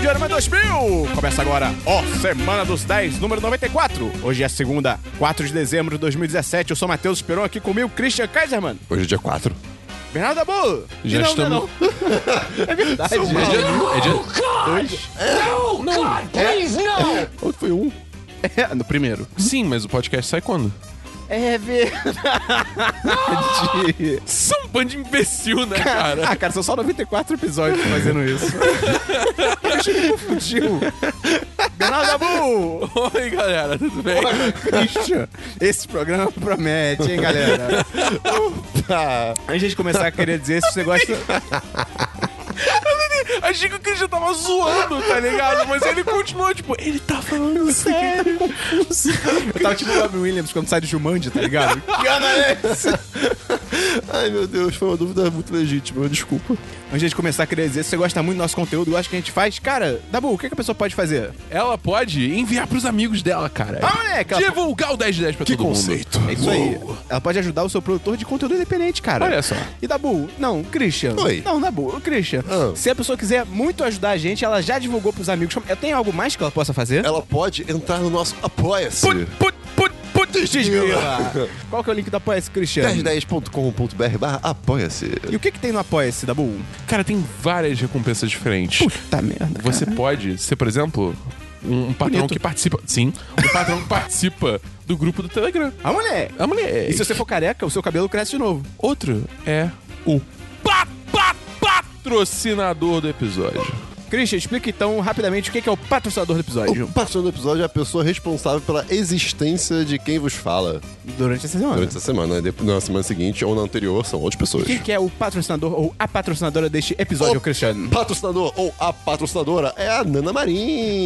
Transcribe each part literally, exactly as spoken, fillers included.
de Orama dois mil! Começa agora, ó, Semana dos dez, número noventa e quatro. Hoje é segunda, quatro de dezembro de dois mil e dezessete. Eu sou Matheus Esperon, aqui comigo, Christian Kaiserman. Hoje é dia quatro. Bernardo Dabu. Já não, estamos... não, não. É verdade. É dia... É dia... Dois. Não, não. God, please, no! Outro foi um. É, no primeiro. Sim, mas o podcast sai quando? É verdade. São um bando de imbecil, né, cara? Ah, cara, são só noventa e quatro episódios fazendo isso. Deixa eu me confundiu. Bernardo Dabu. Oi, galera, tudo bem? Olha, Christian. Esse programa promete, hein, galera? Opa! Antes de começar, eu queria dizer se você gosta... Achei que o Christian tava zoando, tá ligado? Mas ele continuou, tipo, ele tá falando sério. Eu tava tipo o Robin Williams quando sai do Jumanji, tá ligado? Que ano é esse? Ai, meu Deus, foi uma dúvida muito legítima, desculpa. Antes de começar, eu queria dizer, se você gosta muito do nosso conteúdo, gosta do que a gente faz, cara, Dabu, o que, que a pessoa pode fazer? Ela pode enviar pros amigos dela, cara. Ah, moleque! Ela... Divulgar o dez de dez pra Que todo conceito. mundo. É isso aí. Ela pode ajudar o seu produtor de conteúdo independente, cara. Olha só. E Dabu, não, Christian. Oi. Não, Dabu, Christian. Ah. Se a pessoa quiser muito ajudar a gente, ela já divulgou pros amigos. Tem algo mais que ela possa fazer? Ela pode entrar no nosso Apoia-se. Put, put, put, put, Desgrila. Qual que é o link do Apoia-se, Christian? dez dez ponto com ponto b r barra apoia-se. E o que que tem no Apoia-se, Dabu? Cara, tem várias recompensas diferentes. Puta merda. Você pode ser, por exemplo, um, um patrão Bonito. que participa... Sim, um patrão que participa do grupo do Telegram. A mulher. A mulher. E se você for careca, o seu cabelo cresce de novo. Outro é o pa, pa, patrocinador do episódio. Christian, explica então rapidamente o que que é o patrocinador do episódio. O patrocinador do episódio é a pessoa responsável pela existência de quem vos fala Durante essa semana. durante essa semana. né? Depois- Na semana seguinte ou na anterior são outras pessoas. Quem que é o patrocinador ou a patrocinadora deste episódio, O Christian? patrocinador ou a patrocinadora é a Nana Marim.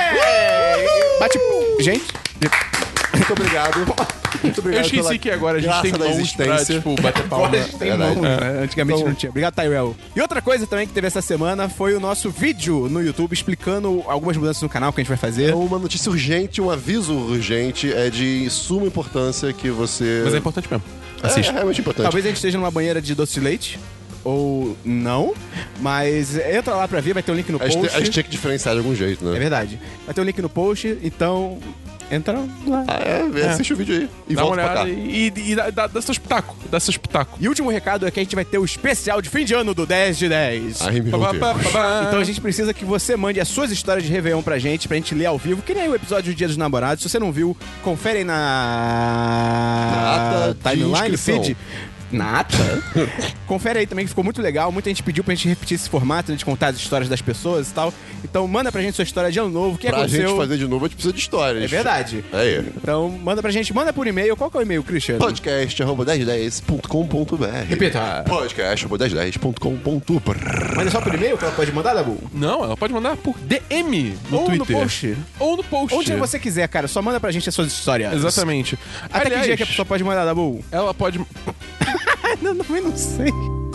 Bate... Gente... Muito obrigado. Muito Eu obrigado esqueci pela que agora a gente graça tem da mãos pra, existência. tipo, bater palma. Agora a gente tem verdade. mãos, né? Antigamente Então- não tinha. Obrigado, Tyrell. E outra coisa também que teve essa semana foi o nosso vídeo no YouTube explicando algumas mudanças no canal que a gente vai fazer. É uma notícia urgente, um aviso urgente, é de suma importância que você... Mas é importante mesmo. É, Assista. é realmente importante. Talvez a gente esteja numa banheira de doce de leite. Ou não. Mas entra lá pra ver, vai ter um link no A gente, post. a gente tinha que diferenciar de algum jeito, né? É verdade. Vai ter um link no post, então... Entra lá. Ah, é, assiste o vídeo aí. E Dá uma volta pra cá. olhada e, e, e dá, dá, dá seus pitacos. Dá seus pitacos. E o último recado é que a gente vai ter o especial de fim de ano do dez de dez. Ai, meu Pá, Deus. pá, pá, pá. Então a gente precisa que você mande as suas histórias de Réveillon pra gente, pra gente ler ao vivo, que nem o episódio do Dia dos Namorados. Se você não viu, confere aí na... Na ata de timeline, inscrição. feed. Na ata? Confere aí também, que ficou muito legal. Muita gente pediu pra gente repetir esse formato, né, de contar as histórias das pessoas e tal. Então manda pra gente sua história de ano novo. O que Pra aconteceu? gente fazer de novo, a gente precisa de histórias. É verdade. Aí. Então manda pra gente, manda por e-mail. Qual que é o e-mail, Christian? podcast arroba dez dez ponto com ponto b r. Repita. podcast arroba dez dez ponto com ponto b r. Manda só por e-mail que ela pode mandar, Dabu? Não, ela pode mandar por D M no Ou no Twitter. post. Ou no post. Onde você quiser, cara. Só manda pra gente as suas histórias. Exatamente. Até Aliás, que dia que a pessoa pode mandar, Dabu? ela pode... Não, também não sei.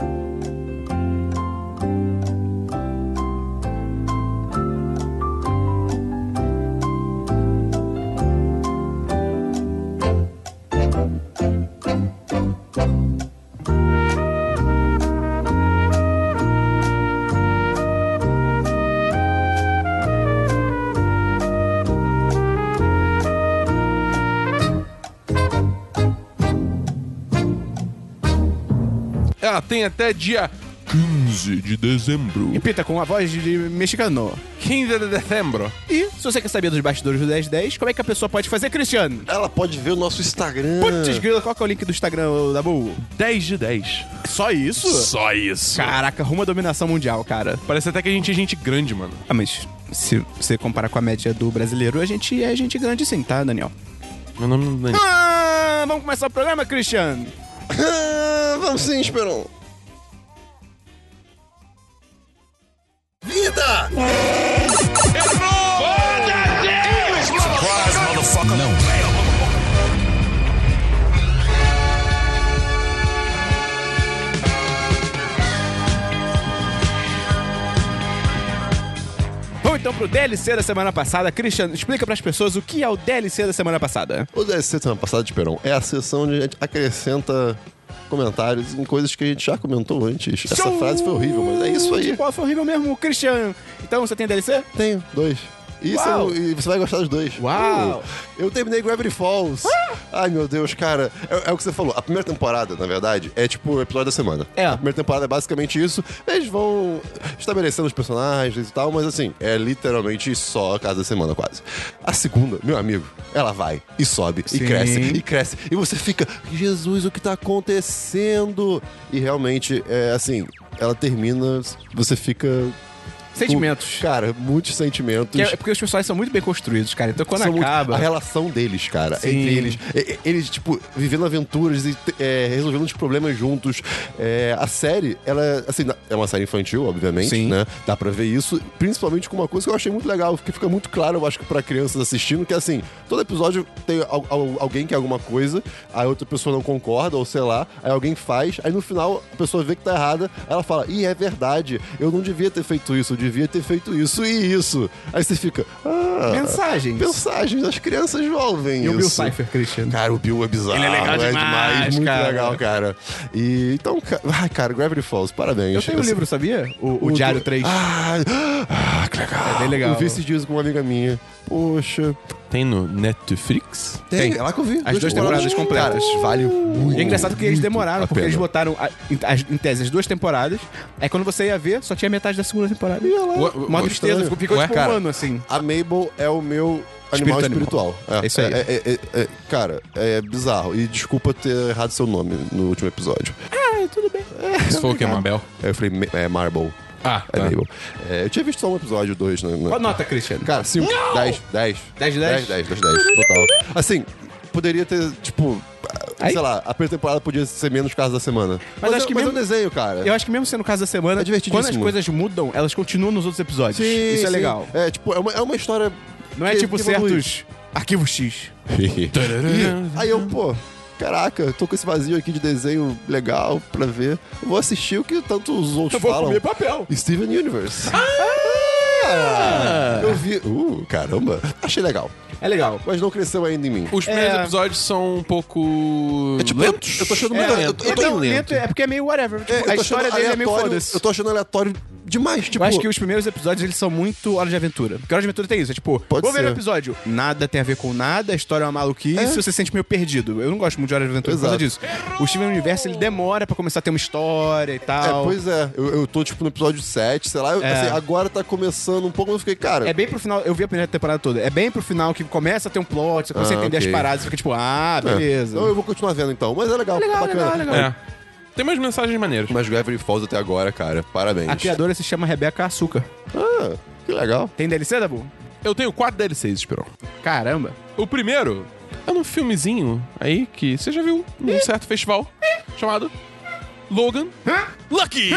Ela tem até dia quinze de dezembro. Repita com a voz de mexicano. quinze de dezembro. E, se você quer saber dos bastidores do dez dez, como é que a pessoa pode fazer, Cristiano? Ela pode ver o nosso Instagram. Putz, grila, qual que é o link do Instagram, Dabu? dez de dez. Só isso? Só isso. Caraca, rumo à dominação mundial, cara. Parece até que a gente é gente grande, mano. Ah, mas se você comparar com a média do brasileiro, a gente é gente grande sim, tá, Daniel? Meu nome não é Dani. Ah, vamos começar o programa, Cristiano? Ah, vamos sim, Esperon. Vida! Vamos então pro D L C da semana passada. Christian, explica pras pessoas o que é o D L C da semana passada. O D L C da semana passada, Esperon, é a sessão onde a gente acrescenta comentários em coisas que a gente já comentou antes. Essa Show frase foi horrível, mas é isso aí. de bola, foi horrível mesmo, Christian. Então, você tem D L C? Tenho, dois. Isso Uau. eu- e você vai gostar dos dois. Uau. Uh, eu terminei Gravity Falls. Ai, meu Deus, cara. É, é o que você falou. A primeira temporada, na verdade, é tipo o episódio da semana. É. A primeira temporada é basicamente isso. Eles vão estabelecendo os personagens e tal, mas assim, é literalmente só a casa da semana, quase. A segunda, meu amigo, ela vai e sobe Sim. e cresce e cresce. E você fica, Jesus, o que tá acontecendo? E realmente, é assim, ela termina, você fica... Sentimentos. Cara, muitos sentimentos. Que é porque os personagens são muito bem construídos, cara. Então, quando São muito- acaba... a relação deles, cara, Sim. entre eles. E- e- Eles, tipo, vivendo aventuras e é, resolvendo os problemas juntos. É, a série, ela, assim, é uma série infantil, obviamente, Sim. né? Dá pra ver isso. Principalmente com uma coisa que eu achei muito legal, que fica muito claro, eu acho que pra crianças assistindo, que assim, todo episódio tem al- al- alguém que quer alguma coisa, aí outra pessoa não concorda, ou sei lá, aí alguém faz, aí no final a pessoa vê que tá errada, aí ela fala, ih, é verdade, eu não devia ter feito isso, eu devia ter feito isso e isso. Aí você fica, ah... Mensagens. Mensagens, as crianças ouvem E isso. o Bill Cipher, Christian. Cara, o Bill é bizarro. Ele é legal demais, muito cara. legal, cara. E então, ca- ai, cara, Gravity Falls, parabéns. Eu tenho um Esse- livro, sabia? O, o Diário do- três. Ah, ah, que legal. É bem legal. Eu vi esses dias com uma amiga minha. Poxa. Tem no Netflix? Tem, Tem. é lá que eu vi. As duas temporadas completas. Cara, vale muito. E é engraçado que eles demoraram, a porque pena. eles botaram, a- em, as- em tese, as duas temporadas. Aí quando você ia ver, só tinha metade da segunda temporada. Ia lá. Ué, Uma Ué, tristeza, estranho. ficou, ficou Ué, tipo cara. um ano, assim. A Mabel é o meu animal Espírito espiritual. É isso aí. É, é- é- é- cara, é bizarro. E desculpa ter errado seu nome no último episódio. Ah, tudo bem. Se for o que, Mabel? Eu falei Ma- é, Marble. Ah, É tá. Mabel. É, eu tinha visto só um episódio, dois. Né, né? Qual nota, Christian? Cara, cinco, dez, dez. dez de dez? dez, dez, dez, total. Assim, poderia ter, tipo... Aí- Sei lá, a primeira temporada podia ser menos Casa da Semana. Mas, acho é, que mas mesmo- é um desenho, cara. Eu acho que mesmo sendo o caso da semana, É divertidíssimo. quando as coisas mudam, elas continuam nos outros episódios. Sim, Isso é sim. legal. É, tipo, é uma, é uma história... Não é que- tipo que evolui. certos arquivos X. E aí eu, pô... Caraca, tô com esse vazio aqui de desenho legal pra ver. Eu vou assistir o que tanto os outros falam. papel. Steven Universe. Ah! Eu vi... Uh, caramba. Achei legal. É legal. Mas não cresceu ainda em mim. Os primeiros É. episódios são um pouco É tipo, lentos. eu tô achando É, muito... eu, Eu, eu tô não, lento. lento é porque é meio whatever. Tipo, É, eu tô a achando história dele é meio aleatório- foda-se. Eu tô achando aleatório demais, tipo... Eu acho que os primeiros episódios, eles são muito Hora de Aventura. Porque Hora de Aventura tem isso, é tipo, Pode vou ver ser. o episódio, nada tem a ver com nada, a história é uma maluquice, É. você se sente meio perdido. Eu não gosto muito de Hora de Aventura por causa disso. Exato. O Steven Universe, ele demora pra começar a ter uma história e É, tal. pois é. Eu, eu tô, tipo, no episódio sete, sei lá. eu- É. assim, agora tá começando um pouco, mas eu fiquei, cara... É bem pro final, eu vi a primeira temporada toda, é bem pro final que começa a ter um plot, você começa a Ah, entender ok. as paradas, você fica tipo, ah, é. beleza. Então eu vou continuar vendo, então. Mas é legal, É legal, bacana. legal, legal. É. Tem umas mensagens maneiras. Mas Gravity Falls até agora, cara, parabéns. A criadora se chama Rebeca Açúcar. Ah, que legal. Tem D L C, Dabu? Eu tenho quatro D L Cs, Esperon. Caramba. O primeiro é num filmezinho aí que você já viu num certo festival chamado Logan Lucky.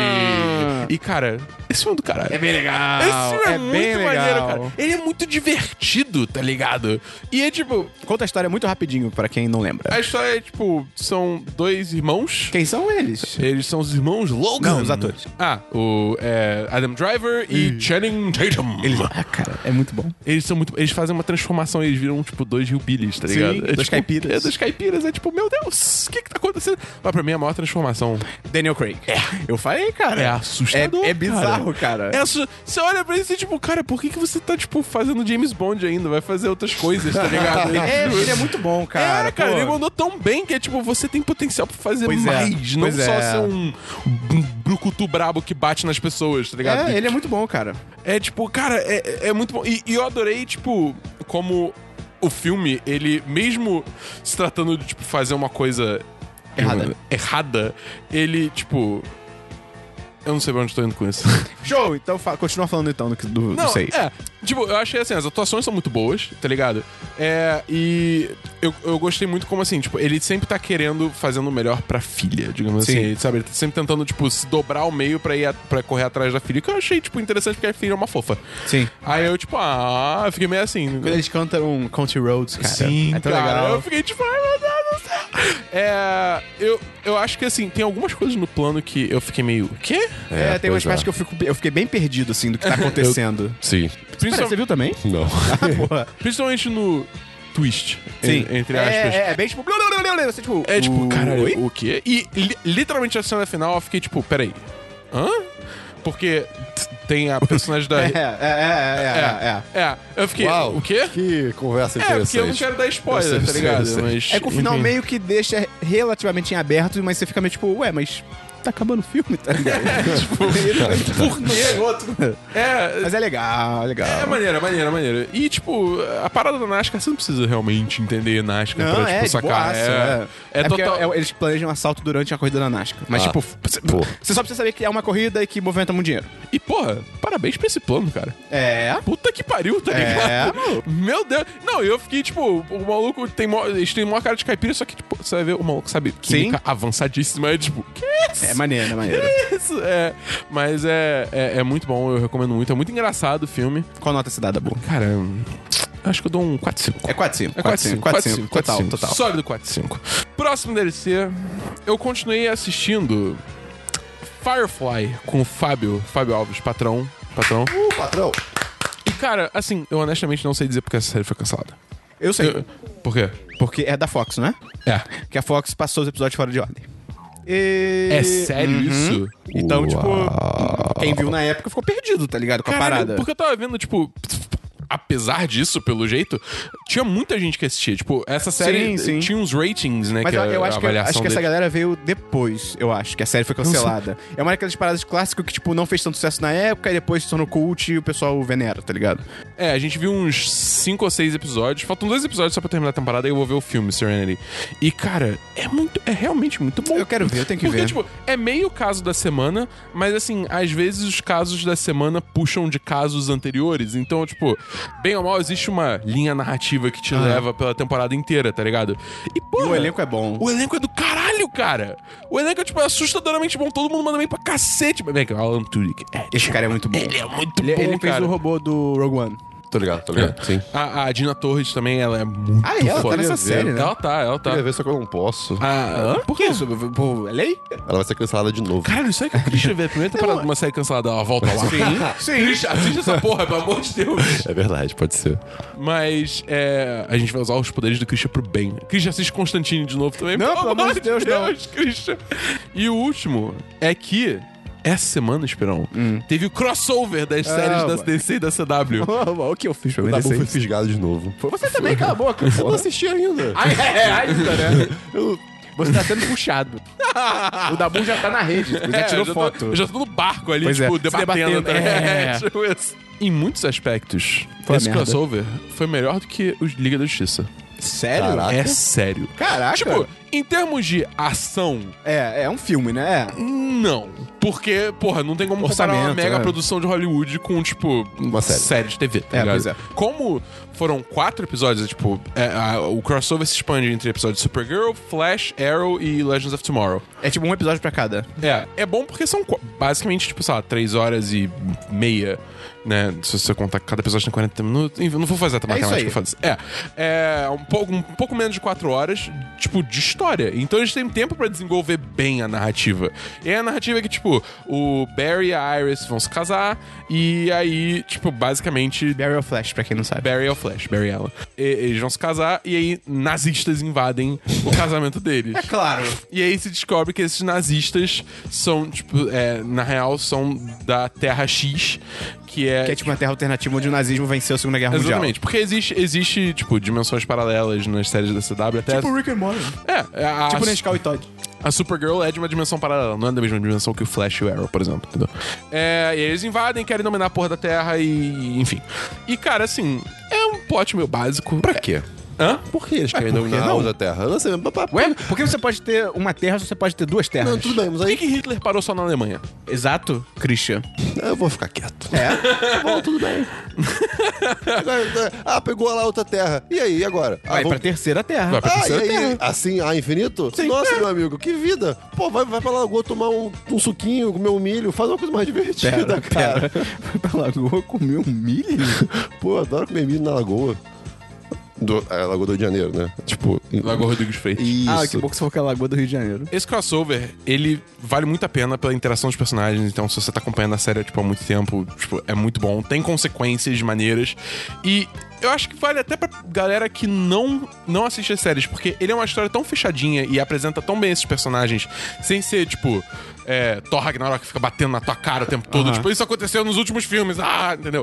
E, cara, esse filme é do caralho. É bem legal. Esse filme é, é muito bem maneiro, legal. cara. Ele é muito divertido, tá ligado? E é tipo, Conta a história muito rapidinho pra quem não lembra. a história é tipo, são dois irmãos. Quem são eles? Eles são os irmãos Logan. Não, os atores. Ah, o é, Adam Driver e Channing Tatum. Eles... Ah, cara, é muito bom. Eles são muito. Eles fazem uma transformação e eles viram, tipo, dois hillbillies, tá Sim, ligado? é, dois tipo, caipiras. É, dois caipiras. É tipo, meu Deus, o que que tá acontecendo? Mas pra mim, a maior transformação Daniel Craig. É. Eu falei, cara. é assustador. É, é bizarro, cara. É assu- Você olha pra isso e, tipo, cara, por que, que você tá, tipo, fazendo James Bond ainda? Vai fazer outras coisas, tá ligado? É, Tipo, ele é muito bom, cara. é, cara, pô. ele mandou tão bem que é tipo, você tem potencial pra fazer Pois é, mais. Não pois só é. ser um, um brucutu brabo que bate nas pessoas, tá ligado? É, ele é muito bom, cara. É tipo, cara, é, é muito bom. E, e eu adorei, tipo, como o filme, ele, mesmo se tratando de, tipo, fazer uma coisa Errada. errada, ele, tipo. Eu não sei pra onde tô indo com isso. Show! Então fa- continua falando então do, do, Não, do seis. é. Tipo, eu achei assim, as atuações são muito boas, tá ligado? É, e eu, eu gostei muito como assim, tipo, ele sempre tá querendo fazendo o melhor pra filha, digamos Sim. assim. Ele, sabe, ele tá sempre tentando, tipo, se dobrar ao meio pra ir a, pra correr atrás da filha, que eu achei, tipo, interessante porque a filha é uma fofa. Sim. Aí eu, tipo, ah, eu fiquei meio assim. Quando eles cantam Country Roads, cara. Sim, é tão cara. legal. Eu fiquei tipo, ai meu Deus do céu. É, eu, eu acho que assim, tem algumas coisas no plano que eu fiquei meio. O quê? É, tem umas pois partes é. que eu, fico, eu fiquei bem perdido, assim, do que tá acontecendo. Sim. Pera, você viu também? Não. Porra. Principalmente no. twist. Sim. en- Entre aspas. É, é, é bem tipo... Você, tipo É tipo, o- caralho, Oi? o quê? E li- literalmente a cena final eu fiquei tipo, peraí. Hã? Porque t- tem a personagem da. É, é, é, é, é, é. é. Eu fiquei, Uau, o quê? Que conversa É, interessante. porque eu não quero dar spoiler, Eu sei, tá sei, ligado? eu sei. Mas, É que o final enfim. meio que deixa relativamente em aberto, mas você fica meio tipo, ué, mas tá acabando o filme, tá ligado? tipo, por que outro? É, Mas é legal, é legal. é maneiro, é maneiro, é maneiro. E, tipo, a parada da NASCAR, você não precisa realmente entender NASCAR Não, pra, tipo, é, de sacar. boaça, é, é, É porque total. é- eles planejam um assalto durante a corrida da NASCAR. Mas, Ah, tipo, você, pô. você só precisa saber que é uma corrida e que movimenta muito dinheiro. E, porra, parabéns pra esse plano, cara. É. Puta que pariu, tá É, ligado? Meu Deus. Não, eu fiquei, tipo, o maluco tem mó, eles têm maior cara de caipira, só que, tipo, você vai ver o maluco, sabe, química avançadíssima, é tipo, que isso? É maneiro, é maneiro. isso? É, mas é, é, é muito bom, eu recomendo muito. É muito engraçado o filme. Qual nota você dá, Dabu? Cara, acho que eu dou um quatro cinco. É quatro cinco. É quatro cinco, quatro cinco. Total, total. Sólido quatro cinco. Próximo D L C, eu continuei assistindo Firefly com o Fábio, Fábio Alves, patrão. Patrão. Uh, patrão. E, cara, assim, eu honestamente não sei dizer porque essa série foi cancelada. Eu sei. Eu- por quê? Porque é da Fox, não é? É. Que a Fox passou os episódios fora de ordem. E... É sério Uhum. isso? Então, Uau. tipo, quem viu na época ficou perdido, tá ligado? Com a Caralho, parada. porque eu tava vendo, tipo... Apesar disso, pelo jeito, tinha muita gente que assistia. Tipo, essa série Sim, sim. tinha uns ratings, né? Mas que eu, a- eu a acho que, avaliação acho que essa deles. galera veio depois, eu acho, que a série foi cancelada. É uma daquelas paradas clássicas que, tipo, não fez tanto sucesso na época e depois se tornou cult e o pessoal venera, tá ligado? É, a gente viu uns cinco ou seis episódios. Faltam dois episódios só pra terminar a temporada e eu vou ver o filme, Serenity. E, cara, é muito... É realmente muito bom. Eu quero ver, eu tenho que Porque, ver. tipo, é meio caso da semana, mas, assim, às vezes os casos da semana puxam de casos anteriores. Então, tipo, bem ou mal, existe uma linha narrativa que te leva pela temporada inteira, tá ligado? E, E porra, o elenco é bom. o elenco é do caralho, cara. O elenco é, tipo, assustadoramente bom. Todo mundo manda bem pra cacete. Bem, que o Alan Tudyk é... Esse cara é muito bom. Ele é muito Ele, bom, ele fez cara. o robô do Rogue One. Tô ligado, tô ligado. Sim. A, a Dina Torres também, ela é muito Ah, e ela tá foda. nessa ver. série, né? Ela tá, ela tá. Queria ver, só que eu não posso. Ah, Por que isso? Pô, é lei? Ela vai ser cancelada de novo. Caralho, isso aí que a Christian vê a primeira temporada de uma série cancelada, ela volta lá. Sim. Christian, assiste essa porra, pelo amor de Deus. É verdade, pode ser. Mas é, a gente vai usar os poderes do Christian pro bem. Christian assiste Constantine de novo também. Não, pelo amor de Deus, não. Christian. E o último é que essa semana, Esperão, teve o crossover das séries da mano. D C e da C W. O que eu fiz pra O Dabu foi merecer isso? fisgado de novo. Você também, cala a boca. Eu não assisti ainda. Ai, é, ainda, né? Eu... Você tá sendo puxado. O Dabu já tá na rede, já É, tirou eu já foto. Tô, eu já tô no barco ali, Pois tipo, é, se debatendo. debatendo, né? é. Tipo isso. Em muitos aspectos, Foi esse merda. crossover foi melhor do que os Liga da Justiça. Sério? Caraca. É sério. Caraca. Tipo, em termos de ação, É, é um filme, né? É. não. Porque, porra, não tem como comparar uma Orçamento, mega é. produção de Hollywood com, tipo, Uma série. de T V, tá É, ligado? pois é. Como foram quatro episódios, tipo, é, a- o crossover se expande entre episódios de Supergirl, Flash, Arrow e Legends of Tomorrow. É tipo um episódio pra cada. É, é bom porque são qu- basicamente, tipo, sei lá, três horas e meia, né? Se você contar que cada episódio tem quarenta minutos. Enfim, não vou fazer a isso matemática, aí. foda-se. É, é um pouco, um pouco menos de quatro horas, tipo, de história. Então eles têm tempo pra desenvolver bem a narrativa. E a narrativa é que, tipo, o Barry e a Iris vão se casar, e aí, tipo, basicamente. Barry ou Flash, pra quem não sabe. Barry é o Flash, Barry Allen. E- eles vão se casar, e aí nazistas invadem o casamento deles. É claro. E aí se descobre que esses nazistas são, tipo, é, na real, são da Terra X, que é... Que é tipo uma terra alternativa onde o nazismo venceu a Segunda Guerra Mundial. Exatamente, porque existe, existe, tipo, dimensões paralelas nas séries da C W, até... Tipo Rick and Morty. é, a, Tipo a, Nescau e Todd. a Supergirl é de uma dimensão paralela, não é da mesma dimensão que o Flash e o Arrow, por exemplo, entendeu? É, e eles invadem, querem dominar a porra da Terra e... enfim. E, cara, assim, é um plot meio básico. Pra quê? Hã? Por que eles querem por que dominar a não? outra terra? Eu não sei. pa- pa- Ué, por que você pode ter uma terra se você pode ter duas terras? Não, tudo bem, mas Por que, aí que Hitler parou só na Alemanha? Exato, Christian. eu vou ficar quieto. É? Bom, tudo bem. Agora, ah, pegou lá outra terra. E aí, e agora? Ah, Vai vamos- pra terceira terra. Vai pra Ah, e terceira aí, terra. assim, a infinito? Sim. Nossa, É. meu amigo, que vida. Pô, vai, vai pra lagoa tomar um, um suquinho, comer um milho, faz uma coisa mais divertida, cara. Foi pra lagoa comer um milho? Pô, eu adoro comer milho na lagoa. Do, é, Lagoa do Rio de Janeiro, né? Tipo... em- Lagoa Rodrigues Freitas. Isso. Ah, que bom que você falou que é a lagoa do Rio de Janeiro. Esse crossover, ele vale muito a pena pela interação dos personagens. Então, se você tá acompanhando a série tipo, há muito tempo, tipo, é muito bom. Tem consequências maneiras. E eu acho que vale até pra galera que não, não assiste as séries, porque ele é uma história tão fechadinha e apresenta tão bem esses personagens, sem ser, tipo, é, Thor Ragnarok que fica batendo na tua cara o tempo todo. Uhum. Tipo, isso aconteceu nos últimos filmes. Ah, entendeu?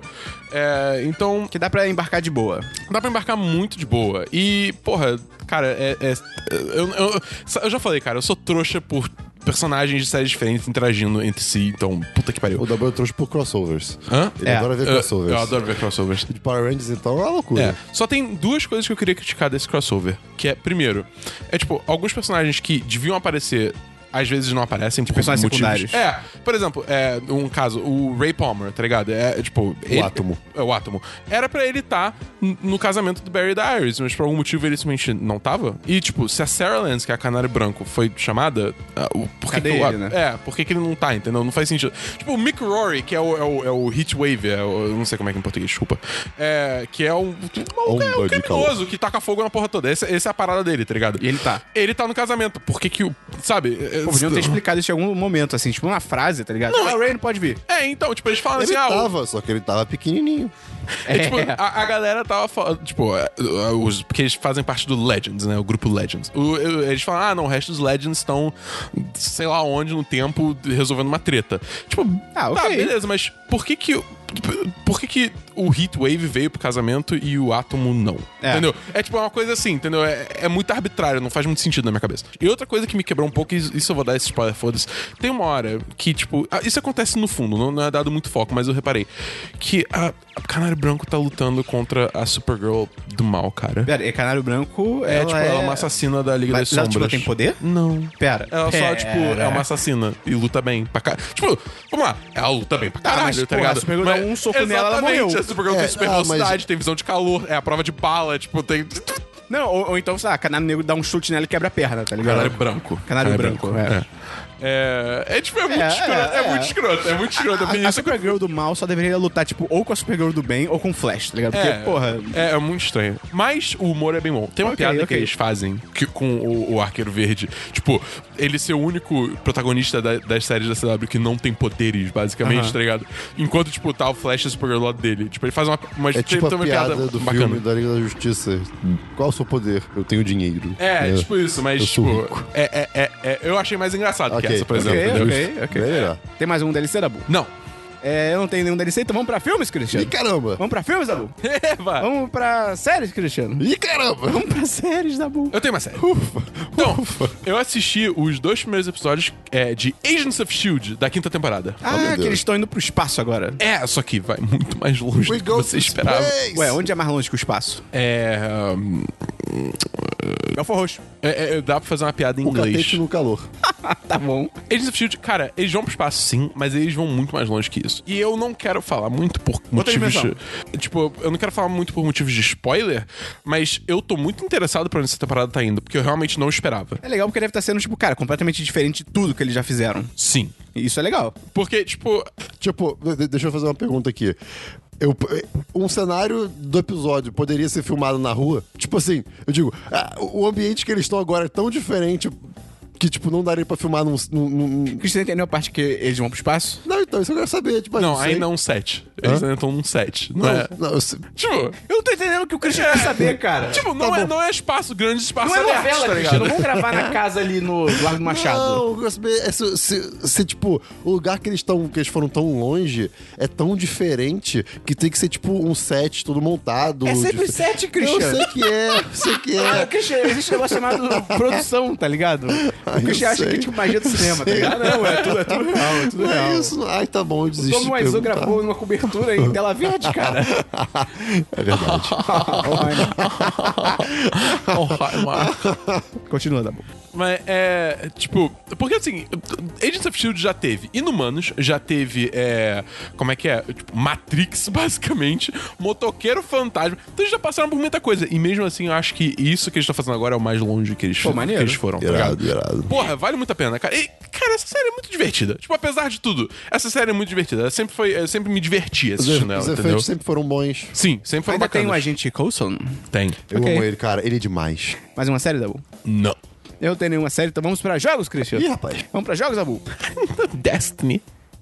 É, então, Que dá pra embarcar de boa. dá pra embarcar muito de boa. E, porra, cara, é... é- eu, eu- eu já falei, cara, eu sou trouxa por personagens de séries diferentes interagindo entre si, então, puta que pariu. O W trouxe por crossovers. Hã? Ele É. adora ver Eu, crossovers. eu adoro ver crossovers. De Power Rangers, então, é uma loucura. É. Só tem duas coisas que eu queria criticar desse crossover. Que é, primeiro, é tipo, alguns personagens que deviam aparecer, às vezes não aparecem por personagens motivos... secundários. É, por exemplo, é, um caso, o Ray Palmer, tá ligado? É, tipo... O Átomo. É, o Átomo. Era pra ele estar no casamento do Barry e da Iris, mas por algum motivo ele simplesmente não tava. E, tipo, se a Sarah Lance, que é a Canário Branco, foi chamada... ah, o- por que Cadê que o- ele, né? É, por que que ele não tá, entendeu? Não faz sentido. Tipo, o Mick Rory, que é o, é o, é o Heatwave, é o, eu não sei como é que é em português, desculpa. É, que é o, o, é o Bomba de criminoso que taca fogo na porra toda. Essa, essa é a parada dele, tá ligado? E ele tá. Ele tá no casamento. Por que que o... Sabe? Pô, podiam ter explicado isso em algum momento, assim, tipo uma frase, tá ligado? Não, ah, o Ray não pode vir. É, então, tipo, eles falam Ele assim, ah, o- tava, só que ele tava pequenininho. É, tipo, a, a galera tava falando, tipo, é, os, porque eles fazem parte do Legends, né? O grupo Legends. O- eu- eles falam, ah, não, o resto dos Legends estão, sei lá onde, no tempo, resolvendo uma treta. Tipo, Ah, tá, ok. beleza, mas por que que... Por que que o Heatwave veio pro casamento e o Átomo não? É. Entendeu? É tipo uma coisa assim, entendeu? É, é muito arbitrário, não faz muito sentido na minha cabeça. E outra coisa que me quebrou um pouco, e isso eu vou dar esse spoiler, foda-se. Tem uma hora que, tipo... ah, isso acontece no fundo, não, não é dado muito foco, mas eu reparei. Que a, a Canário Branco tá lutando contra a Supergirl do mal, cara. Pera, e Canário Branco, É, ela tipo, ela é uma assassina da Liga Mas das ela, Sombras. tipo, tem poder? Não. Pera. Ela só, Pera. tipo, é uma assassina e luta bem pra caralho. Tipo, vamos lá, ela luta bem pra Tá, caralho, mas, tá porra, ligado? a Supergirl dá um soco nela, ela Exatamente, morreu. a Supergirl É, tem super ah, mas- velocidade, tem visão de calor, é a prova de bala, tipo, tem... Não, ou, ou então, sei lá, Canário Negro dá um chute nela e quebra a perna, tá ligado? Canário branco. Canário branco, é. É, é tipo, é muito É, escroto, é, é, é. muito escroto, é muito escroto. A, a, a Supergirl do mal só deveria lutar, tipo, ou com a Supergirl do bem ou com o Flash, tá ligado? Porque, É, porra... é, é muito estranho. Mas o humor é bem bom. Tem uma Ok, piada que ok. eles fazem que, com o, o Arqueiro Verde. Tipo, ele ser o único protagonista da- das séries da C W que não tem poderes, basicamente, Aham. tá ligado? Enquanto, tipo, tá o Flash e o Supergirl do lado dele. Tipo, ele faz uma, uma, É tem- tipo tem a uma piada piada do bacana. filme da Liga da Justiça. Qual é o seu poder? Eu tenho dinheiro. É, tipo isso, mas, Eu sou tipo, rico. é, é, é, é- eu achei mais engraçado que Ok, essa, por ok, exemplo, entendeu? ok, ok. Bem melhor. Tem mais um D L C, Dabu? Não. É, eu não tenho nenhum D L C, então vamos pra filmes, Cristiano? Ih, caramba! Vamos pra filmes, Dabu? Eva! Vamos pra séries, Cristiano? Ih, caramba! Vamos pra séries, Dabu. Eu tenho uma série. Então, eu assisti os dois primeiros episódios é, de Agents of S H I E L D da quinta temporada. Ah, meu que Deus. eles estão indo pro espaço agora. É, só que vai muito mais longe We do que go você to esperava. space! Ué, onde é mais longe que o espaço? É, hum, Belfor Roxo. é, é, Dá pra fazer uma piada em O inglês. catete no calor. Tá bom. Agents of S H I E L D, cara, eles vão pro espaço sim, mas eles vão muito mais longe que isso. E eu não quero falar muito por motivos... dimensão. de- Tipo, eu não quero falar muito por motivos de spoiler, mas eu tô muito interessado pra onde essa temporada tá indo, porque eu realmente não esperava. É legal porque deve estar sendo, tipo, cara, completamente diferente de tudo que eles já fizeram. Sim. E isso é legal. Porque, tipo, Tipo, de- deixa eu fazer uma pergunta aqui. Eu, um cenário do episódio poderia ser filmado na rua? Tipo assim, eu digo, ah, o ambiente que eles estão agora é tão diferente que, tipo, não daria pra filmar num... num- num- Cristiano, entendeu a parte que eles vão pro espaço? Não, então, isso eu quero saber. Tipo, não, sei. ainda é um set. Eles Hã? ainda estão num set. Não, Não, é? não, eu sei- Tipo, Eu não tô entendendo o que o Cristiano quer saber, cara. tipo não, é, não é espaço grande, espaço Não é aberto, novela, tá Cristiano. ligado? Não vamos gravar na casa ali no Largo do Machado. Não, eu quero saber é se, se- se, tipo, o lugar que eles estão, que eles foram tão longe é tão diferente que tem que ser, tipo, um set todo montado. É sempre dif- set, Eu Cristiano. sei que é, sei que Ah, é. Cristiano, existe um negócio chamado produção, tá ligado? O Cristiano acha sei. que é tipo magia do cinema, tá ligado? Não, é tudo, é tudo real, é tudo Não real. é isso. não- Ai, tá bom, eu desisti. Como de o Aizu perguntar. gravou numa cobertura em tela verde, cara. É verdade. Oh, Marco. Continua, Dabu. Mas é. Tipo, porque assim, Agents of S H I E L D já teve Inumanos, já teve. É, como é que é? Tipo, Matrix, basicamente. Motoqueiro Fantasma. Então eles já passaram por muita coisa. E mesmo assim, eu acho que isso que eles estão fazendo agora é o mais longe que eles, Pô, maneiro. que eles foram. Tá ligado? Irado, irado. Porra, vale muito a pena, cara. E, cara, essa série é muito divertida. Tipo, apesar de tudo, essa série é muito divertida. Ela sempre foi. Eu sempre me diverti Os, assistindo ela, os entendeu? efeitos sempre foram bons. Sim, sempre foram Ainda tem bacanas. o agente Coulson. Tem. Eu Ok. amo ele, cara. Ele é demais. Mais uma série, Dabu? Não. Eu não tenho nenhuma série, então vamos pra jogos, Cristiano. Ih, rapaz. Vamos pra jogos, Dabu? Destiny.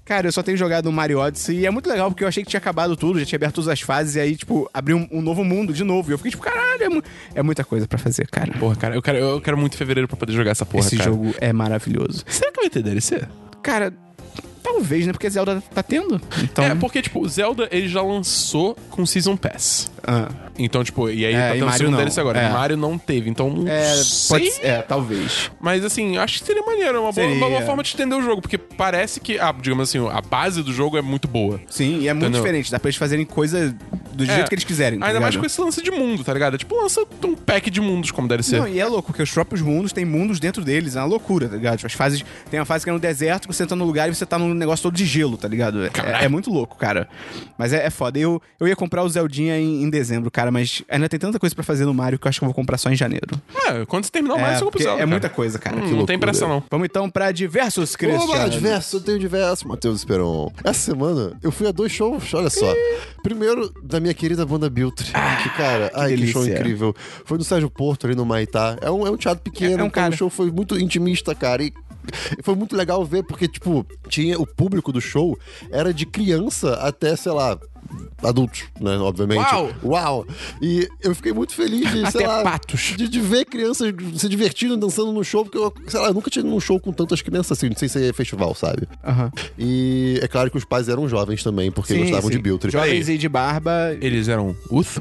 Cara, eu só tenho jogado o Mario Odyssey e é muito legal porque eu achei que tinha acabado tudo, já tinha aberto todas as fases e aí, tipo, abriu um, um novo mundo de novo. E eu fiquei tipo, caralho, é, mu- é muita coisa pra fazer, cara. Porra, cara, eu quero, eu quero muito fevereiro pra poder jogar essa porra, Esse cara. jogo é maravilhoso. Será que vai ter D L C? Cara, talvez, né? Porque Zelda tá tendo. Então... É, porque, tipo, o Zelda, ele já lançou com Season Pass. Ah. Então, tipo, e aí É, tá e tendo o Mario segundo não. D L C agora. É. Mario não teve, então não É, sei. pode ser, é, talvez. Mas, assim, acho que seria maneiro. Uma boa, Seria. uma boa forma de estender o jogo. Porque parece que, ah, digamos assim, a base do jogo é muito boa. Sim, e é muito Entendeu? diferente. Dá pra eles fazerem coisa do É. jeito que eles quiserem. tá Ainda mais ligado? com esse lance de mundo, tá ligado? É tipo, lança um pack de mundos como D L C. Não, e é louco, porque os próprios mundos têm mundos dentro deles. É uma loucura, tá ligado? Tipo, as fases. Tem uma fase que é no deserto, que você entra num lugar e você tá num negócio todo de gelo, tá ligado? É, Caralho. é muito louco, cara. Mas é, é foda. Eu, eu ia comprar o Zeldinha em, em dezembro, cara, mas ainda tem tanta coisa pra fazer no Mario que eu acho que eu vou comprar só em janeiro. É, quando você terminar o Mario, é, você compra o porque Zelda, é cara. muita coisa, cara. Hum, que não loucura. tem pressa, não. Vamos então pra diversos, Oba, Christian. diverso, eu tenho diverso, Matheus Esperon. Essa semana eu fui a dois shows, olha só. Primeiro, da minha querida banda Biltre. que, cara, ai, que show delícia. incrível. Foi no Sérgio Porto, ali no Maitá. É um, é um teatro pequeno, É- é um então cara. o show foi muito intimista, cara. E foi muito legal ver, porque, tipo, tinha o público do show, era de criança até, sei lá, adultos, né, obviamente. Uau! Uau! E eu fiquei muito feliz de, sei Até lá, patos. de, de ver crianças se divertindo, dançando no show, porque eu, sei lá, eu nunca tinha ido num show com tantas crianças assim, sem ser festival, sabe? Aham. E é claro que os pais eram jovens também, porque Sim, gostavam sim. de Biltre. Jovens e de barba. Eles eram Uth?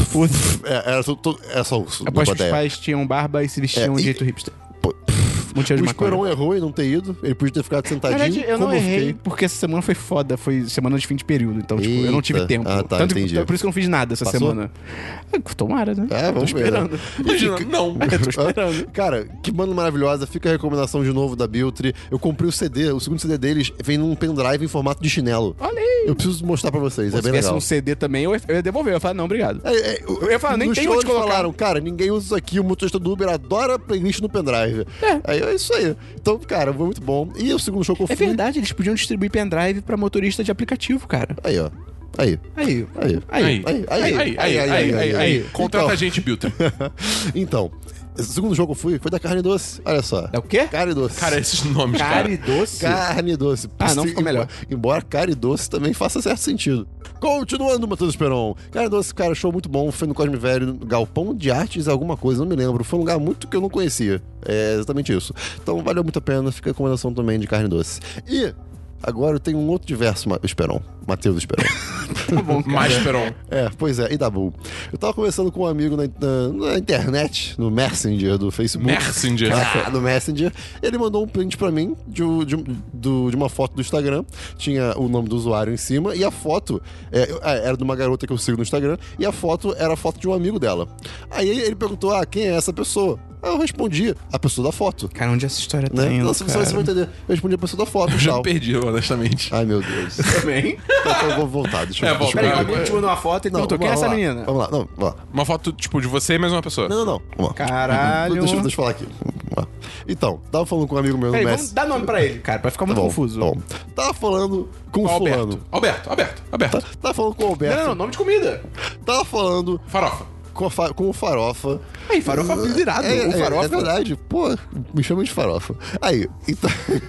É, era, só- to- era só isso. Após que os pais tinham barba e se vestiam É, de e- jeito hipster. Pô, Muito cheiro O de maconha. Esperon errou em não ter ido. Ele podia ter ficado Na sentadinho. verdade, eu não como errei, fiquei. porque essa semana foi foda. Foi semana de fim de período. Então, tipo, eu não tive Eita. tempo. Ah, tá, Tanto que- entendi. por isso que eu não fiz nada essa Passou? semana. Ah, tomara, né? É, vamos Tô ver, esperando. né? Imagina, não. Eu tô esperando. Cara, que banda maravilhosa. Fica a recomendação de novo da Biltre. Eu comprei o C D. O segundo C D deles vem num pendrive em formato de chinelo. Olha aí. Eu preciso mostrar pra vocês. Se é bem tivesse legal. um C D também, eu ia, eu ia devolver. Eu ia falar, não, obrigado. É, é, Eu ia falar, nem no tem show onde eles colocar. falaram, cara, ninguém usa isso aqui, o motorista do Uber adora playlist no pendrive. É. Aí é isso aí. Então, cara, foi muito bom. E o segundo show que eu É fui... verdade, eles podiam distribuir pendrive pra motorista de aplicativo, cara. Aí, ó. Aí. Aí. Aí. Aí. Aí, Aí, aí, aí, aí, aí, aí. Contrata Então- a gente, Biltre. Então, esse segundo jogo que eu fui foi da carne doce. Olha só. É o quê? Carne doce. Cara, esses nomes, Cara e cara. doce. Carne doce. Ah, não Se- ficou melhor. Embora carne doce também faça certo sentido. Continuando, Matheus Esperon. Carne doce, cara, show muito bom. Foi no Cosme Velho, no Galpão de Artes, alguma coisa, não me lembro. Foi um lugar muito que eu não conhecia. É exatamente isso. Então valeu muito a pena. Fica a recomendação também de carne doce. E agora eu tenho um outro diverso, Ma- Esperon. Matheus Esperon. Tá bom, cara. Mais Peron. É, pois é, e Dabu. Eu tava conversando com um amigo na, na- na internet, no Messenger do Facebook. Messenger. Ah, no Messenger. Ele mandou um print pra mim de, um- de, um- do- de uma foto do Instagram. Tinha o nome do usuário em cima. E a foto é, é, era de uma garota que eu sigo no Instagram. E a foto era a foto de um amigo dela. Aí ele perguntou: ah, quem é essa pessoa? Aí eu respondi: a pessoa da foto. Cara, onde essa história tá Né? indo, Nossa, você cara? vai entender. Eu respondi a pessoa da foto. Eu já tal. me perdi, honestamente. Ai, meu Deus. Também. Então, então eu vou voltar. Deixa eu É, volta. deixa eu- Peraí, o amigo te mandou uma foto e Não, perguntou, quem é vamos essa lá, menina? Vamos lá, não, vamos lá. Uma foto, tipo, de você e mais uma pessoa. Não, não, não. Vamos lá. Caralho. Deixa, eu- deixa eu falar aqui. Vamos lá. Então, tava falando com um amigo meu no Peraí, vamos Messi. dar nome pra ele, cara, pra ficar Tá muito bom, confuso. tá bom. Tava falando com o fulano. Alberto. Alberto, Alberto, Alberto. Tava falando com o Não, Alberto. não, não, nome de comida. Tava falando Farofa. com, a fa- com o Farofa. Aí, farofa virado. É, o é- farofa. é verdade. Pô, me chama de Farofa. Aí, então...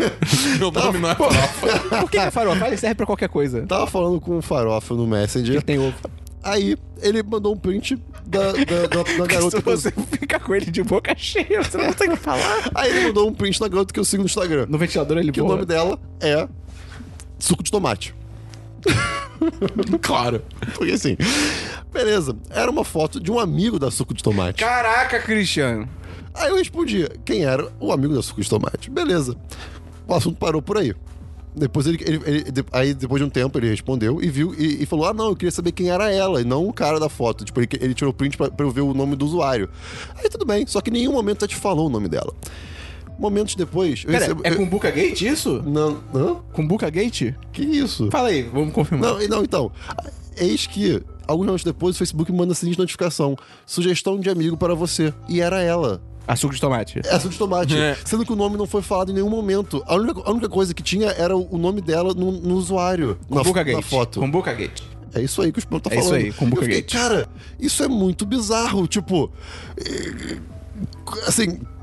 Meu nome não é Farofa. Por que, que é farofa? Ele serve pra qualquer coisa. Tava falando com o Farofa no Messenger. Ele tem ovo. Aí, ele mandou um print da, da, da, da garota Se que eu... você fica com ele de boca cheia, você não consegue falar. Aí ele mandou um print da garota que eu sigo no Instagram. No ventilador ele Que o voa. nome dela é Suco de Tomate. Claro. Porque assim, beleza, era uma foto de um amigo da Suco de Tomate. Caraca, Christian. Aí eu respondi, quem era o amigo da Suco de Tomate? Beleza. O assunto parou por aí. Depois ele, ele- ele- de- aí depois de um tempo ele respondeu e viu e, e falou: ah, não, eu queria saber quem era ela e não o cara da foto. Tipo, ele, ele tirou o print pra, pra eu ver o nome do usuário. Aí tudo bem, só que em nenhum momento te falou o nome dela. Momentos depois, eu Pera, recebo. é eu- com Buca Gate isso? Não, não? Com Buca Gate? Que isso? Fala aí, vamos confirmar. Não, não, então. Eis que, alguns anos depois, o Facebook manda a seguinte notificação: sugestão de amigo para você. E era ela. A suco de tomate. Essa de tomate. É. Sendo que o nome não foi falado em nenhum momento. A única, a única coisa que tinha era o, o nome dela no, no usuário. Com Na, Buca na Gate. foto. Com Buca Gate. É isso aí que o Spano tá É isso falando. aí, com Buca Eu fiquei, Gate. cara, isso é muito bizarro. Tipo. eh, Assim.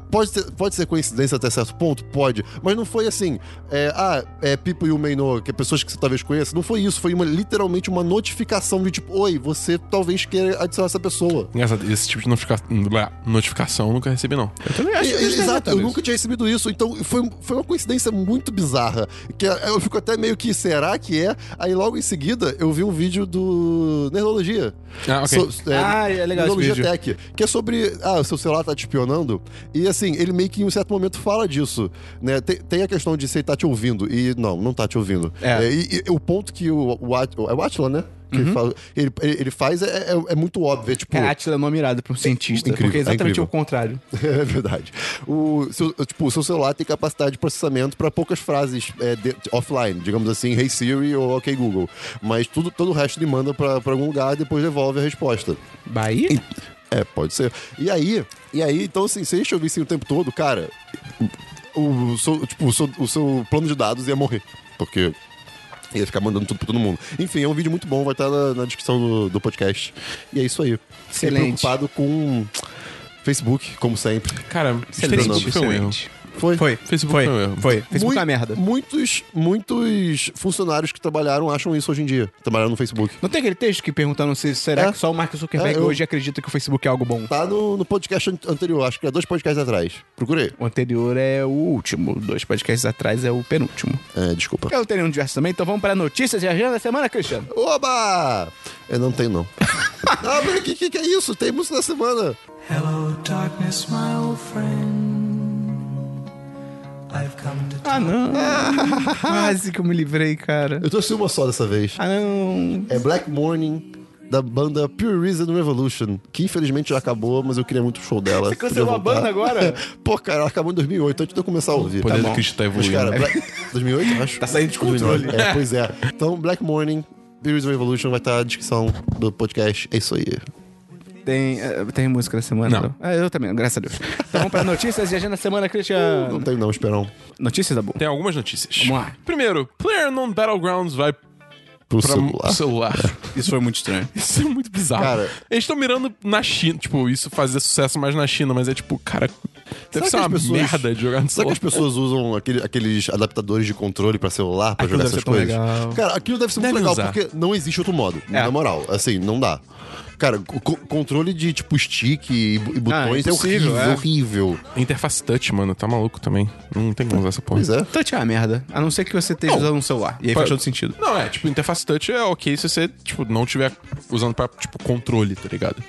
pode ser, pode ser coincidência até certo ponto? Pode. Mas não foi assim, é, ah, é People You May Know, que é pessoas que você talvez conheça. Não foi isso, foi uma, literalmente uma notificação de tipo, oi, você talvez queira adicionar essa pessoa. Engraçado, esse tipo de notifica... notificação eu nunca recebi, não. Eu também acho E- que eles Exato, eu devem nunca tinha recebido isso. Então foi, foi uma coincidência muito bizarra. Que eu fico até meio que, será que é? Aí logo em seguida eu vi um vídeo do Nerdologia. Ah, ok. So- Ah, é legal esse Nerdologia vídeo. Tech. Que é sobre, ah, o seu celular tá te espionando. E assim, ele meio que em um certo momento fala disso. Né? Tem, tem a questão de se ele tá te ouvindo. E não, não tá te ouvindo. É. e, e o ponto que o, o, At- é o Atila, né? Que ele, fala- ele, ele faz é, é, é muito óbvio. É tipo. Cara, Atila é nome irado pra um cientista. Incrível, porque é é exatamente incrível. o contrário. É verdade. O seu, tipo, o seu celular tem capacidade de processamento para poucas frases é, de- offline, digamos assim, Hey Siri ou OK Google. Mas tudo, todo o resto ele manda para algum lugar e depois devolve a resposta. Bahia? É, pode ser. E aí, e aí então assim, se a gente ouvisse o tempo todo, cara, o, o seu, tipo, o, seu, o seu plano de dados ia morrer. Porque ia ficar mandando tudo pra todo mundo. Enfim, é um vídeo muito bom, vai estar na, na descrição do, do podcast. E é isso aí. Fiquei Excelente. preocupado com Facebook, como sempre. Cara, Excelente, Facebook foi um erro. excelente. Foi. Foi. Facebook foi. foi um erro. Foi. Facebook Mui- é uma merda. Muitos, muitos funcionários que trabalharam acham isso hoje em dia. Trabalharam no Facebook. Não tem aquele texto que perguntando se será É. que só o Mark Zuckerberg É, eu- hoje acredita que o Facebook é algo bom? Tá no, no podcast an- anterior, acho que é dois podcasts atrás. Procurei. O anterior é o último. Dois podcasts atrás é o penúltimo. É, desculpa. Eu tenho um diverso também, então vamos para notícias e agenda da semana, Cristiano. Oba! Eu não tenho, não. Ah, mas o que, que, que é isso? Tem música da semana. Hello, darkness, my old friend. I've come to Ah, não. Quase que eu me livrei, cara. Eu trouxe uma só dessa vez. Ah, não. É Black Morning, da banda Pure Reason Revolution, que infelizmente já acabou, mas eu queria muito o show dela. Você cancelou Podia a banda voltar. agora? Pô, cara, ela acabou em dois mil e oito, antes de eu começar a ouvir. O poder bom. do Cristo tá Mas, evoluindo. cara, Black... dois mil e oito, acho. Tá saindo de dois mil e nove. controle. É, pois é. Então, Black Morning, Pure Reason Revolution vai estar na descrição do podcast. É isso aí. Tem, eh, tem música da semana? Não. Ah, eu também, graças a Deus. Então vamos para notícias e agenda da semana, Cristiano. Não tem não, Esperão. Notícias da boa. Tem algumas notícias. Vamos lá. Primeiro, PlayerUnknown's Battlegrounds vai Pro pra celular. celular. Isso foi muito estranho. Isso é muito bizarro. Cara- Eles estão mirando na China. Tipo, isso fazia sucesso mais na China, mas é tipo, cara, deve Será ser que uma as pessoas- merda de jogar no Será que celular. as pessoas usam aquele- aqueles adaptadores de controle pra celular pra Aquilo jogar deve essas ser tão coisas? legal. Cara, aquilo deve ser muito Deve legal, usar. porque não existe outro modo. É. Na moral, assim, não dá. Cara, co- controle de tipo stick e, bu- e botões é impossível, horrível, é. horrível. Interface touch, mano, tá maluco também. Não tem como usar essa porra. Pois é. Touch é uma merda. A não ser que você esteja Não. usando um celular. E aí Pa- faz todo sentido. Não, é, tipo, interface touch é ok se você, tipo, não estiver usando pra, tipo, controle, tá ligado?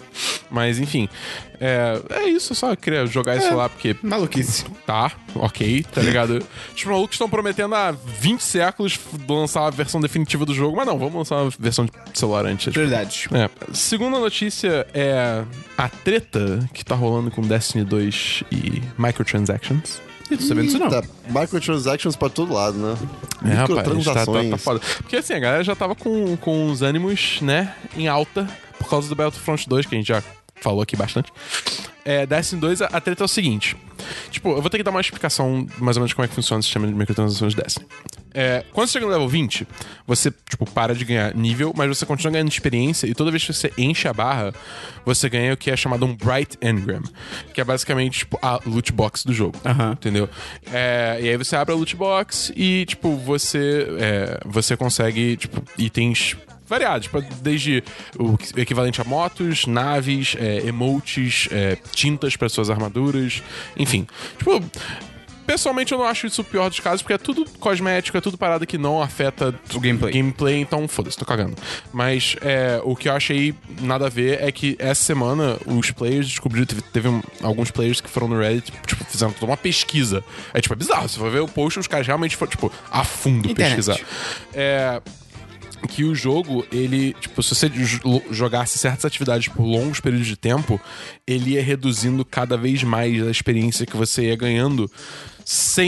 Mas, enfim, é, é isso, eu só queria jogar isso lá porque Maluquice. tá, ok, tá ligado? Os malucos estão prometendo há vinte séculos lançar a versão definitiva do jogo, mas não, vamos lançar uma versão de celular antes. Prioridades. É. Segunda notícia é a treta que tá rolando com Destiny dois e microtransactions. Ih, tô sabendo disso não. Tá, microtransactions pra todo lado, né? É, rapaz, tá, tá, Microtransações. tá foda. Porque assim, a galera já tava com, com os ânimos, né, em alta por causa do Battlefront dois, que a gente já falou aqui bastante. É, Destiny dois, a, a treta é o seguinte. Tipo, eu vou ter que dar uma explicação mais ou menos de como é que funciona o sistema de microtransações de Destiny. É, quando você chega no level vinte, você, tipo, para de ganhar nível, mas você continua ganhando experiência e toda vez que você enche a barra, você ganha o que é chamado um Bright Engram, que é basicamente, tipo, a loot box do jogo. Aham. Entendeu? É, e aí você abre a loot box e, tipo, você, é, você consegue, tipo, itens variados, tipo, desde o equivalente a motos, naves, é, emotes, é, tintas para suas armaduras, enfim. Tipo, pessoalmente eu não acho isso o pior dos casos, porque é tudo cosmético, é tudo parada que não afeta O gameplay. gameplay, então foda-se, tô cagando. Mas é, o que eu achei nada a ver é que essa semana os players descobriram, teve, teve um- alguns players que foram no Reddit, tipo, fizeram toda uma pesquisa. É tipo, é bizarro, você vai ver o post, os caras realmente foram, tipo, a fundo Internet. pesquisar. É... que o jogo, ele, tipo, se você jo- jogasse certas atividades por longos períodos de tempo, ele ia reduzindo cada vez mais a experiência que você ia ganhando sem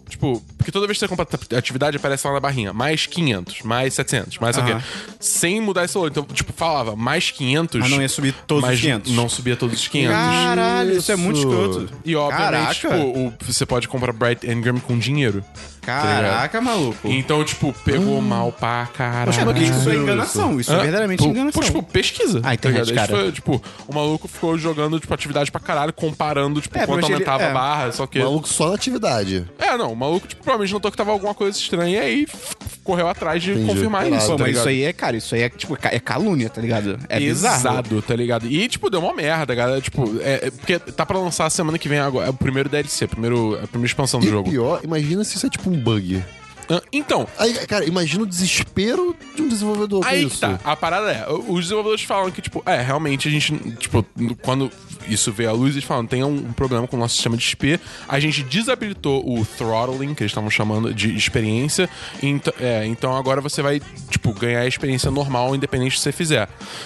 tipo, porque toda vez que você compra atividade, aparece lá na barrinha, mais quinhentos, mais setecentos, mais sei o Aham. quê. Sem mudar esse valor. Então, tipo, falava, mais quinhentos... Mas não ia subir todos os mas quinhentos. não subia todos os quinhentos. Caralho, isso é muito Isso. escroto. E, obviamente, Caraca. tipo, o- você pode comprar Bright Engram com dinheiro. Caraca, maluco. Então, tipo, pegou mal pra caralho. Poxa, mas isso é enganação. Isso é Hã? verdadeiramente Pô, enganação. pô, tipo, pesquisa. Ah, internet, tá ligado? cara. Isso foi, tipo, o maluco ficou jogando, tipo, atividade pra caralho, comparando, tipo, É, quanto provavelmente ele- aumentava é. a barra, só que... O maluco só na atividade. É, não, o maluco, tipo, provavelmente notou que tava alguma coisa estranha e aí f- correu atrás de Entendi. confirmar Irado. isso, Pô, tá mas ligado? isso aí é, cara, isso aí é, tipo, ca- é calúnia, tá ligado? É bizarro. Pesado, tá ligado? E, tipo, deu uma merda, galera. Tipo, é, é porque tá pra lançar semana que vem agora. É o primeiro D L C, primeiro, a primeira expansão do E jogo. pior, imagina se isso é tipo um bug. Ah, Então, Aí, cara, imagina o desespero de um desenvolvedor com aí que isso. tá. A parada é, os desenvolvedores falam que, tipo, é, realmente a gente, tipo, quando isso veio à luz, eles falam, tem um, um problema com o nosso sistema de X P, a gente desabilitou o throttling, que eles estavam chamando de experiência, então, é, então agora você vai, tipo, ganhar a experiência normal, independente do que você fizer.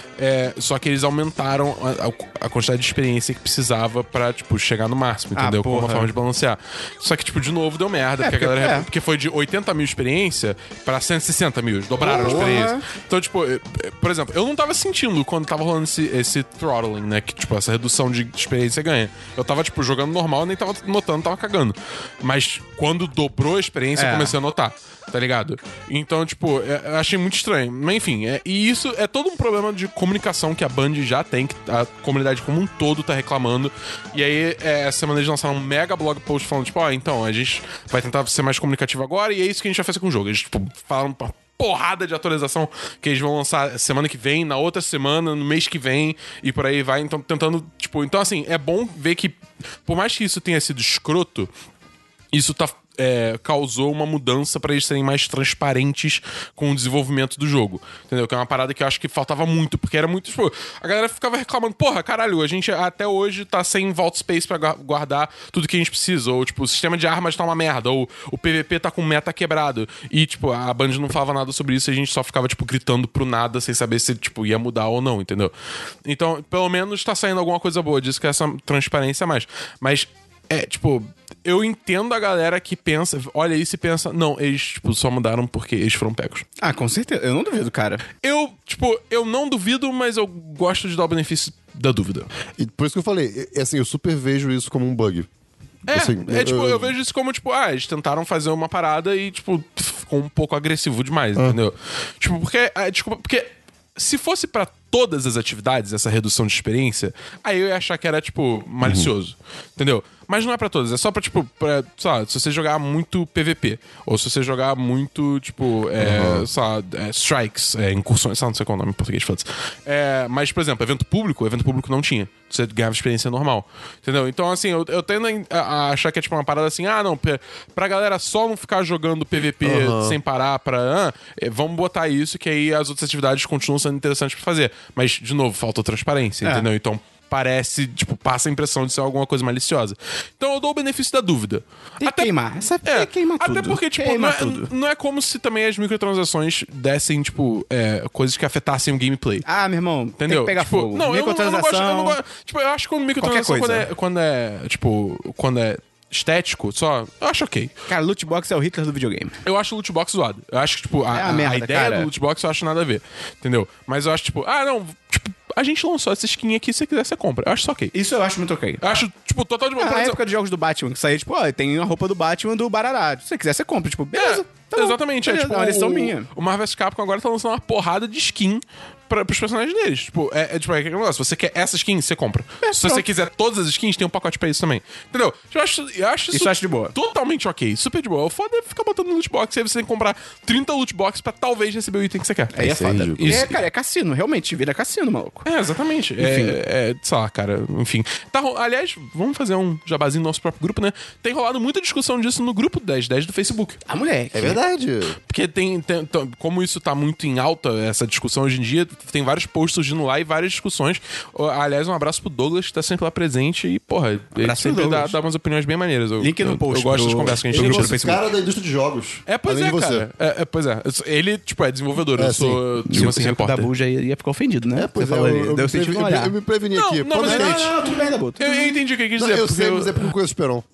É, só que eles aumentaram a, a- a quantidade de experiência que precisava pra, tipo, chegar no máximo, Ah, entendeu? Como uma porra. forma de balancear. Só que, tipo, de novo, deu merda, É, porque, a porque- galera... é. Porque foi de oitenta mil experiência pra cento e sessenta mil. Eles dobraram Porra. a experiência. Então, tipo, eh, eh, por exemplo, eu não tava sentindo quando tava rolando esse, esse throttling, né? Que, tipo, essa redução de experiência ganha. Eu tava, tipo, jogando normal, nem tava notando, tava cagando. Mas quando dobrou a experiência, É. eu comecei a notar, tá ligado? Então, tipo, eh, eu achei muito estranho. Mas, enfim, é, e isso é todo um problema de comunicação que a Band já tem, que a comunidade como um todo tá reclamando. E aí, eh, essa semana eles lançaram um mega blog post falando, tipo, ó, então, a gente vai tentar ser mais comunicativo agora e é isso que a gente vai fazer com o jogo. Eles, tipo, falam pra porrada de atualização que eles vão lançar semana que vem, na outra semana, no mês que vem e por aí vai. Então, tentando, tipo... Então, assim, é bom ver que, por mais que isso tenha sido escroto, isso tá... é, causou uma mudança pra eles serem mais transparentes com o desenvolvimento do jogo. Entendeu? Que é uma parada que eu acho que faltava muito, porque era muito, tipo, a galera ficava reclamando, porra, caralho, a gente até hoje tá sem vault space pra gu- guardar tudo que a gente precisa, ou, tipo, o sistema de armas tá uma merda, ou o P V P tá com meta quebrado. E, tipo, a Band não falava nada sobre isso e a gente só ficava, tipo, gritando pro nada sem saber se, tipo, ia mudar ou não, entendeu? Então, pelo menos tá saindo alguma coisa boa disso, que é essa transparência a mais. Mas, é, tipo... Eu entendo a galera que pensa, olha isso e pensa, não, eles, tipo, só mudaram porque eles foram pegos. Ah, com certeza. Eu não duvido, cara. Eu, tipo, eu não duvido, mas eu gosto de dar o benefício da dúvida. E por isso que eu falei, é assim, eu super vejo isso como um bug. É, Assim, é tipo, eu- eu vejo isso como, tipo, ah, eles tentaram fazer uma parada e, tipo, ficou um pouco agressivo demais, entendeu? Tipo, porque, ah, desculpa, porque se fosse pra todas as atividades, essa redução de experiência, aí eu ia achar que era, tipo, malicioso, entendeu? Mas não é pra todas, é só pra, tipo, pra, sei lá, se você jogar muito P V P, ou se você jogar muito, tipo, é, sei lá, é, strikes, é, incursões, sei lá, não sei qual é o nome em português, foda-se. É, mas, por exemplo, evento público, evento público não tinha. Você ganhava experiência normal, entendeu? Então, assim, eu, eu tendo a, a achar que é, tipo, uma parada assim, ah, não, pra, pra galera só não ficar jogando P V P sem parar pra... Ah, é, vamos botar isso, que aí as outras atividades continuam sendo interessantes pra fazer. Mas, de novo, falta transparência, É. entendeu? Então, parece, tipo, passa a impressão de ser alguma coisa maliciosa. Então eu dou o benefício da dúvida. Tem que queimar. Essa É, queima tudo. até porque, tipo, não Queima é, tudo. não é como se também as microtransações dessem, tipo, é, coisas que afetassem o gameplay. Ah, meu irmão, Entendeu? tem que pegar tipo, fogo. Não, eu, não- eu não gosto, eu não Microtransação. gosto. Tipo, eu acho que quando microtransação, quando Qualquer é, quando é, tipo, quando é estético, só, eu acho ok. Cara, loot box é o Hitler do videogame. Eu acho o loot box zoado. Eu acho que, tipo, a, É uma a- merda, a ideia cara. do loot box eu acho nada a ver. Entendeu? Mas eu acho, tipo, ah, não, tipo, a gente lançou essa skin aqui, se você quiser, você compra. Eu acho isso ok. Isso eu acho muito ok. Eu acho, tipo, total de boa. Ah, Por na exemplo, época de jogos do Batman, que saía, tipo, ó, tem a roupa do Batman do Barará. Se você quiser, você compra. Tipo, beleza. É, tá bom, exatamente. beleza, É, tipo, é uma lição o, minha. O Marvel vs Capcom agora tá lançando uma porrada de skin pra, pros personagens deles. Tipo, é, é tipo, é aquele negócio. Se você quer essa skin, você compra. Se você pronto. quiser todas as skins, tem um pacote pra isso também. Entendeu? Eu acho, eu acho isso, Isso eu acho de boa. totalmente ok. Super de boa. O foda é ficar botando loot box. Aí você tem que comprar trinta loot box pra talvez receber o item que você quer. Aí é Isso é foda. ridículo. É, cara, é cassino. Realmente, vira cassino, maluco. É, exatamente. É, é, sei lá, cara, enfim. Tá, ro- aliás, vamos fazer um jabazinho no nosso próprio grupo, né? Tem rolado muita discussão disso no grupo dez dez do Facebook. Ah, moleque. É verdade. Porque tem, tem- t- como isso tá muito em alta, essa discussão hoje em dia, tem vários posts surgindo lá e várias discussões. Ó, aliás, um abraço pro Douglas, que tá sempre lá presente e, porra, ele Abraço pro sempre dá, Douglas. dá umas opiniões bem maneiras. Eu, Link no eu- post Eu gosto pro- das conversas que a gente pro tem grupo no do Facebook. Cara da indústria de jogos. É, pois Além é, de você. cara. É, é, pois é. Ele, tipo, é desenvolvedor. É, eu sou, sim. tipo assim, Se o repórter. Dabu já ia, ia ficar ofendido, né? É, pois Você é, falou eu, ali. eu, Deu me sentido previ- no olhar. eu me preveni Não, aqui. não, Pode mas ser. ele- Não, não, tudo bem, Dabu. tudo Eu, bem. eu entendi o que ele quis Não, dizer. eu porque sei, eu- mas é porque eu não conheço o Esperon.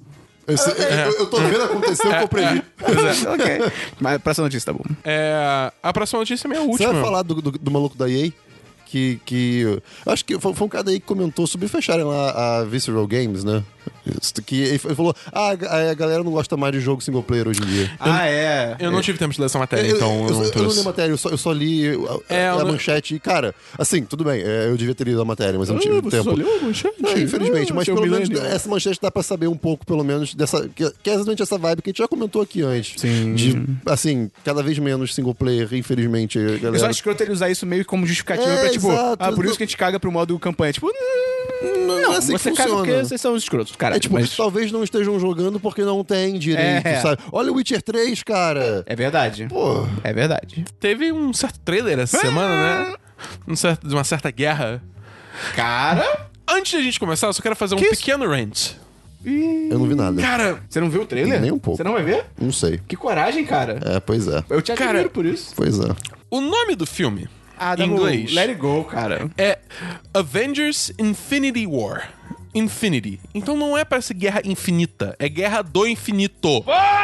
Esse- eu, eu tô vendo acontecer o que eu previ. Ok. Mas próxima notícia, tá bom. É, a próxima notícia é minha Você última. vai falar do, do, do maluco da E A? Que, que. Eu acho que foi, foi um cara aí que comentou sobre fecharem lá a Visceral Games, né? Isso, que ele falou: ah, a, a galera não gosta mais de jogo single player hoje em dia. Ah, é. Eu não tive tempo de ler essa matéria, Eu, então eu, eu, eu, não eu não trouxe. li a matéria, eu só, eu só li a, É, a eu não- manchete. E, cara, assim, tudo bem, é, eu devia ter lido a matéria, mas eu não tive Ah, você tempo. só leu a manchete? Não, infelizmente, Ah, mas seu pelo menos millennial. essa manchete dá pra saber um pouco, pelo menos, dessa. Que, que é exatamente essa vibe que a gente já comentou aqui antes. Sim. De, assim, cada vez menos single player, infelizmente, a Eu só galera. escroto ele usar isso meio como justificativa É, pra, tipo, exato. ah, por isso que a gente caga pro modo campanha. Tipo, não, Não é assim que você caga funciona. porque vocês são os escrotos, cara. É tipo, mas... talvez não estejam jogando porque não tem direito, É. sabe? Olha o Witcher três, cara. É verdade. Pô. É verdade. Teve um certo trailer essa semana, né? Um certo, de uma certa guerra. Cara... Antes de a gente começar, eu só quero fazer um Que isso? pequeno rant. Eu não vi nada. Cara, Você não viu o trailer? Nem um pouco. Você não vai ver? Não sei. Que coragem, cara. É, pois é. Eu te Cara- admiro por isso. Pois é. o nome do filme, Ah, em inglês, Let it go, cara. é Avengers Infinity War. Infinity. Então não é pra ser guerra infinita, é guerra do infinito.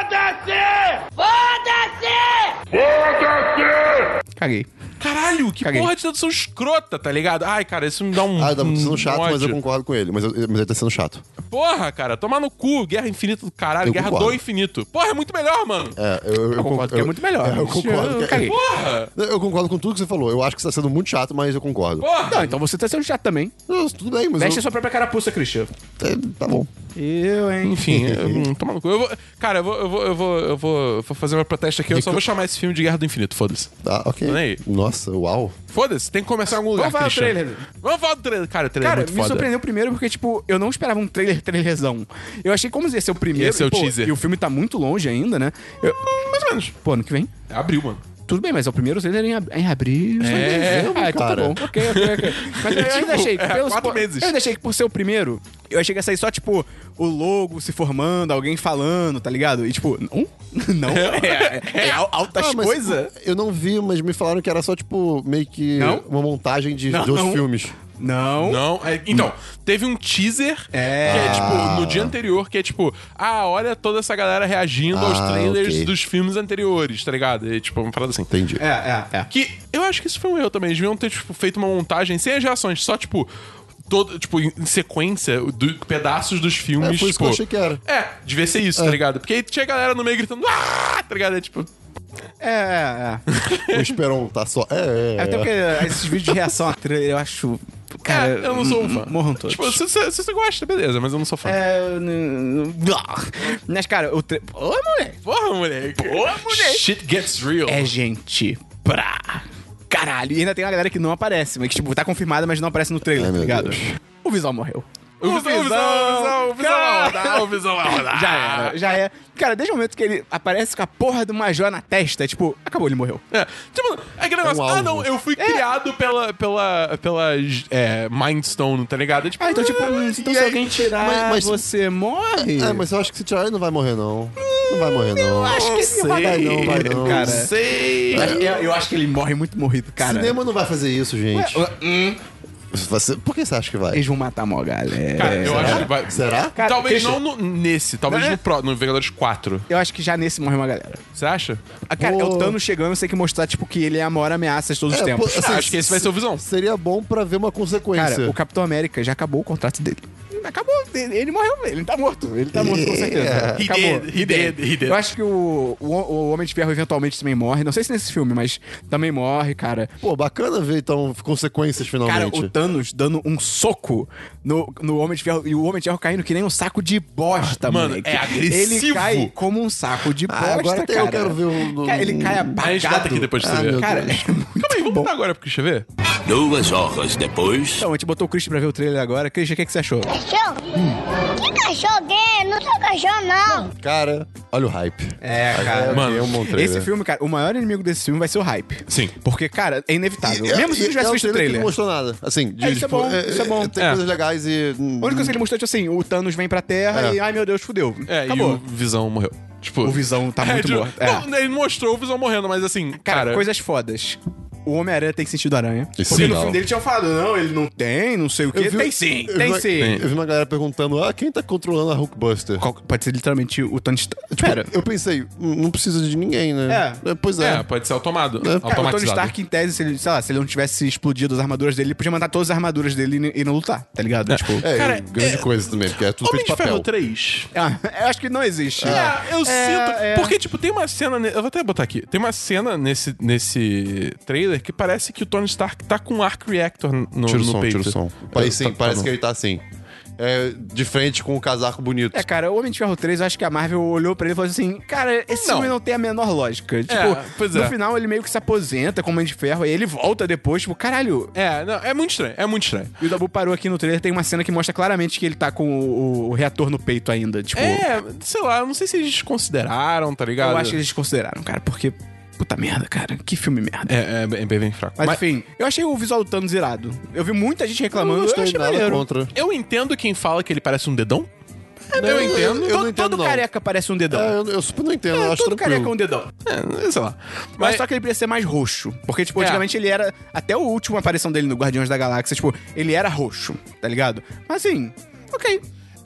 Caguei. Caralho, que Caguei. porra de tradução escrota, tá ligado? Ai, cara, isso me dá um. Ah, tá um sendo chato, mas eu ódio. concordo com ele. Mas, eu- mas ele tá sendo chato. Porra, cara, tomar no cu, guerra infinita do caralho, Eu guerra concordo. do infinito. Porra, é muito melhor, mano. É, eu, eu, Eu concordo que é muito melhor. É, eu concordo. Eu que- caguei. Porra! eu concordo com tudo que você falou. Eu acho que você tá sendo muito chato, mas eu concordo. Porra! Não, então você tá sendo chato também. Não, tudo bem, mas. Veste eu, a sua própria carapuça, Christian. é, tá bom. Eu, hein? Enfim, eu, hum, toma no cu. Eu vou, cara, eu vou, eu vou, eu vou, eu vou, eu vou fazer meu protesto aqui. Eu só vou chamar esse filme de Guerra do Infinito, foda-se. Tá, ok. Olha aí. Nossa, uau. Foda-se, tem que começar em algum lugar, Vamos falar do Christian. trailer. Vamos falar do trailer. Cara, o trailer Cara, é muito me foda. surpreendeu primeiro porque, tipo, eu não esperava um trailer trailerzão. Eu achei como ia ser o primeiro. Ia ser e, o pô, teaser. E o filme tá muito longe ainda, né? Eu- Mais ou menos. Pô, ano que vem? É abril, mano. Tudo bem, mas é o primeiro trailer em, ab- em abril. É, ah, então tá cara. bom. Ok, ok, ok. Mas eu ainda Tipo, achei. é, pelos- quatro pô, meses. Eu ainda achei que por ser o primeiro, eu achei que ia sair só, tipo, o logo se formando, alguém falando, tá ligado? E, tipo, não? Não? É, é, é al- altas Ah, mas coisas? Eu não vi, mas me falaram que era só, tipo, meio que Não? uma montagem de, Não, de outros não. filmes. Não. Não, é- então, teve um teaser É. que é tipo, no dia anterior, que é tipo, ah, olha toda essa galera reagindo aos Ah, trailers ok. dos filmes anteriores, tá ligado? É tipo, uma parada assim. Entendi. É, é, é. Que eu acho que isso foi um erro também. Eles deviam ter, tipo, feito uma montagem sem as reações, só, tipo, todo, tipo, em sequência, do, pedaços dos filmes. É, foi isso tipo, que eu achei que era. É, devia ser isso, tá ligado? Porque aí tinha a galera no meio gritando, ah, tá ligado? É tipo. É, é, é. O Esperon tá só. É, é. É até porque esses vídeos de reação a trailer eu acho. Cara, é, eu não sou um fã. Morram todos. Tipo, se, se, se você gosta, beleza, mas eu não sou fã. É. n- n- Mas, cara, o. Tre... Ô, moleque. Porra, moleque. Porra, moleque. Shit gets real. É gente pra. Caralho. E ainda tem uma galera que não aparece, mas que, tipo, tá confirmada, mas não aparece no trailer, Ai, tá meu ligado? Deus. O Visão morreu. O Visão, o Visão, o Visão, o Visão vai rodar, o Visão vai rodar. Já era, já é. Cara, desde o momento que ele aparece com a porra do Major na testa, é tipo, acabou, ele morreu. É, tipo, é aquele negócio, um ah alvo. não, eu fui criado pela, pela, pela é, Mind Stone, tá ligado? É tipo, Ah, então, tipo, hum, então se aí? alguém tirar, Mas- mas- você morre? É, mas eu acho que se tirar ele não vai morrer, não. Não vai morrer, não. acho que sei. ele vai não, vai não, cara. sei. Eu, eu acho que ele morre muito morrido, cara. Cinema não vai fazer isso, gente. Hum, Vai ser- Por que você acha que vai? eles vão matar a maior galera. Cara, eu acho que vai. Será? Cara, talvez Christian, não no- nesse, talvez Não é? no, pro, no Vingadores quatro. Eu acho que já nesse morre uma galera. Você acha? Ah, cara, Pô. é o Thanos chegando, você tem que mostrar, tipo, que ele é a maior ameaça de todos os É, tempos. pô, assim, Ah, acho que esse vai ser o Visão. Seria bom pra ver uma consequência. Cara, o Capitão América já acabou o contrato dele. Acabou, ele, ele morreu, ele tá morto. Ele tá morto, com certeza. Yeah. He Acabou. did, he did, he did. Eu acho que o, o, o Homem de Ferro eventualmente também morre. Não sei se nesse filme, mas também morre, cara. Pô, bacana ver, então, consequências Cara, finalmente. o Thanos dando um soco no, no Homem de Ferro e o Homem de Ferro caindo que nem um saco de bosta, Mano, moleque. é agressivo. Ele cai como um saco de bosta, Ah, agora até cara. eu quero ver o- Cara, ele cai apagado. A gente volta aqui depois de você Ah, ver. meu Cara, Deus. é muito Calma aí, vamos bom. voltar agora pro Christian ver? Duas horas depois. Então, a gente botou o Christian pra ver o trailer agora. Christian, o que, que você achou? Cachorro? Que cachorro gay? Não sou cachorro, não. Cara, olha o hype. É, É, Mano, é um bom trailer. Esse filme, cara, o maior inimigo desse filme vai ser o hype. Sim. Porque, cara, é inevitável. E- Mesmo se e- não tivesse é um visto o Que trailer. não mostrou nada. Assim, de, É, isso é bom, isso é bom. Tem É. coisas legais e. A única coisa que ele mostrou é, tipo assim, o Thanos vem pra Terra É. e, ai meu Deus, fudeu. É, Acabou. e o Visão morreu. Tipo, O Visão tá muito tipo, morto. É. Não, ele mostrou o Visão morrendo, mas assim, Cara, cara... coisas fodas. o Homem-Aranha tem sentido aranha. Isso Porque sim, no não. filme dele tinham falado, não, ele não tem, não sei o quê. Eu vi- Tem sim, eu tem vi- sim. Eu vi uma galera perguntando, ah, quem tá controlando a Hulkbuster? Qual- pode ser literalmente o Tony Stark. Tipo, Pera. eu pensei, hum, não precisa de ninguém, né? É. Pois é. É, pode ser automado. Cara, o Tony automatizado. Stark, em tese, se ele, sei lá, se ele não tivesse explodido as armaduras dele, ele podia matar todas as armaduras dele e, e não lutar, tá ligado? É. Tipo, É, Cara, grande é- coisa também, porque é tudo Homem feito de de Ferro papel. três. ah, eu acho que não existe. É, eu sinto. é. Porque, tipo, tem uma cena. ne- Eu vou até botar aqui. Tem uma cena nesse, nesse trailer que parece que o Tony Stark tá com um Arc Reactor no, Tira o no som, peito. tira o som. Parece, sim, Tá- tá parece bom. que ele tá assim. É, de frente com o casaco bonito. É, cara, o Homem de Ferro três, eu acho que a Marvel olhou pra ele e falou assim, cara, esse Não. filme não tem a menor lógica. Tipo, pois no é. final ele meio que se aposenta como Homem de Ferro, aí ele volta depois, tipo, caralho. É, não, é muito estranho. É muito estranho. E o Dabu parou aqui no trailer, tem uma cena que mostra claramente que ele tá com o, o- o reator no peito ainda. Tipo, É, sei lá, eu não sei se eles consideraram, tá ligado? eu acho que eles consideraram, cara, porque. Puta merda, cara. Que filme merda. É, é, bem- bem fraco. Mas, enfim, eu achei o visual do Thanos irado. Eu vi muita gente Eu reclamando, não eu, gostei achei nada maneiro. contra. Eu entendo quem fala que ele parece um dedão. Não, eu entendo. Eu todo não entendo, todo não. careca parece um dedão. É, eu, eu super não entendo, É, eu acho todo careca é um tranquilo. dedão. É, sei lá. Mas Mas só que ele podia ser mais roxo. Porque, tipo, É. antigamente ele era. Até a última aparição dele no Guardiões da Galáxia, tipo, ele era roxo, tá ligado? Mas assim, ok.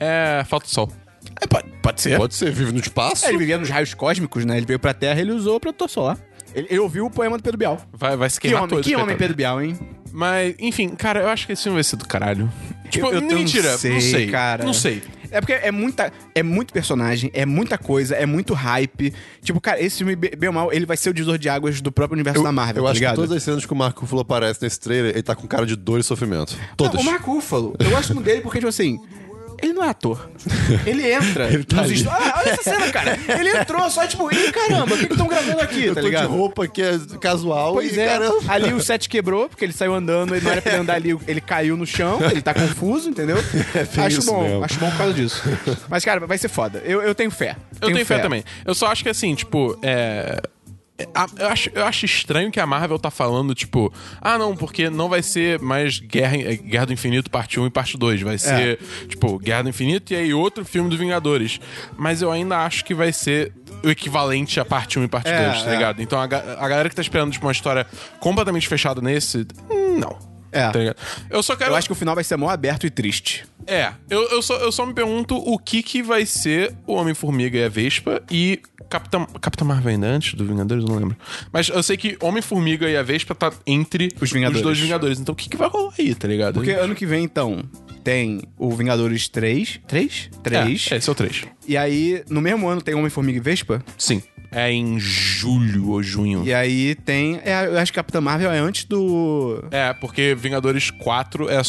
é falta de sol. É, pode, pode ser. Pode ser, vive no espaço. É, ele vivia nos raios cósmicos, né? Ele veio pra Terra e ele usou pra solar. Ele, ele ouviu o poema do Pedro Bial. Vai, vai se Que queimar homem, todo. que homem coitado. Pedro Bial, hein? Mas, enfim, cara, eu acho que esse filme vai ser do caralho. Tipo, Eu- eu não mentira, sei, não sei. cara. Não sei. É porque é muita, é muito personagem, é muita coisa, é muito hype. Tipo, cara, esse filme, bem ou mal, ele vai ser o divisor de águas do próprio universo Eu, da Marvel, eu tá acho ligado? que todas as cenas que o Marco Ruffalo aparece nesse trailer, ele tá com cara de dor e sofrimento. Todas. Não, o Mark Ruffalo, eu gosto muito dele porque, tipo assim, ele não é ator. Ele entra Ele tá nos ali. estu- Ah, olha essa cena, cara. Ele entrou só, tipo, ih, caramba, o que que estão gravando aqui, Eu tá tô ligado? de roupa que é casual Pois e, é, caramba. ali o set quebrou, porque ele saiu andando e não era pra ele andar ali, ele caiu no chão, ele tá confuso, entendeu? bem acho isso bom, mesmo. acho bom por causa disso. Mas, cara, vai ser foda. Eu, eu tenho fé. Eu tenho fé também. Eu só acho que assim, tipo, é. é, a- Eu acho, eu acho estranho que a Marvel tá falando, tipo, ah, não, porque não vai ser mais Guerra, é, Guerra do Infinito parte um e parte dois. Vai ser, tipo, Guerra do Infinito e aí outro filme do Vingadores. Mas eu ainda acho que vai ser o equivalente a parte um e parte É, dois, tá é. ligado? Então a, ga- a galera que tá esperando, tipo, uma história completamente fechada nesse, hum, não. É. Tá ligado? Eu só quero. Eu acho que o final vai ser mó aberto e triste. É, eu, eu, só, eu só me pergunto o que que vai ser o Homem-Formiga e a Vespa e Capitã, Capitã Marvel ainda antes do Vingadores, eu não lembro. Mas eu sei que Homem-Formiga e a Vespa tá entre Os Vingadores. dois Vingadores. Então o que que vai rolar aí, tá ligado? Porque ano que vem, então, tem o Vingadores três. três? três. É, esse é o três. E aí, no mesmo ano, tem Homem-Formiga e Vespa. Sim. É em julho ou junho. E aí tem. É, eu acho que Capitã Marvel é antes do. É, porque Vingadores quatro é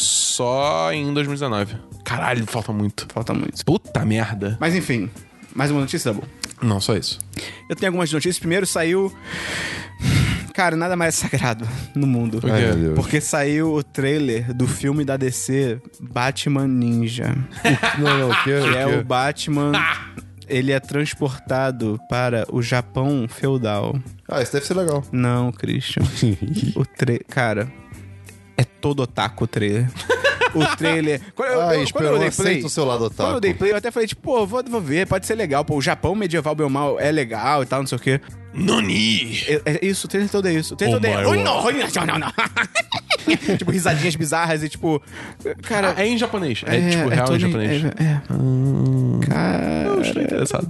só em dois mil e dezenove. Caralho, falta muito. Falta muito. Puta merda. Mas enfim, mais uma notícia, Dabu. Não, só isso. Eu tenho algumas notícias. Primeiro saiu. Cara, nada mais sagrado no mundo. Por quê? Ai, meu Deus. Porque saiu o trailer do filme da D C Batman Ninja. Não, não, o que, Que é o o quê? Batman. Ele é transportado para o Japão feudal. Ah, isso deve ser legal. Não, Christian. O tra... Cara, é todo otaku o trailer. O trailer... Quando eu, Ai, eu- quando Esperon, eu dei play... aceita o seu lado otaku. Quando eu dei play, eu até falei, tipo, pô, vou, vou ver, pode ser legal. Pô, o Japão medieval bem ou mal é legal e tal, não sei o quê. Noni! É, é isso, o trailer todo é isso. O trailer Oh todo é... my Oi, word. não, oi, não, não, não. Tipo, risadinhas bizarras e tipo... Cara... Ah, é em japonês. É, tipo real todo em japonês. É, é. Cara... Eu estou interessado.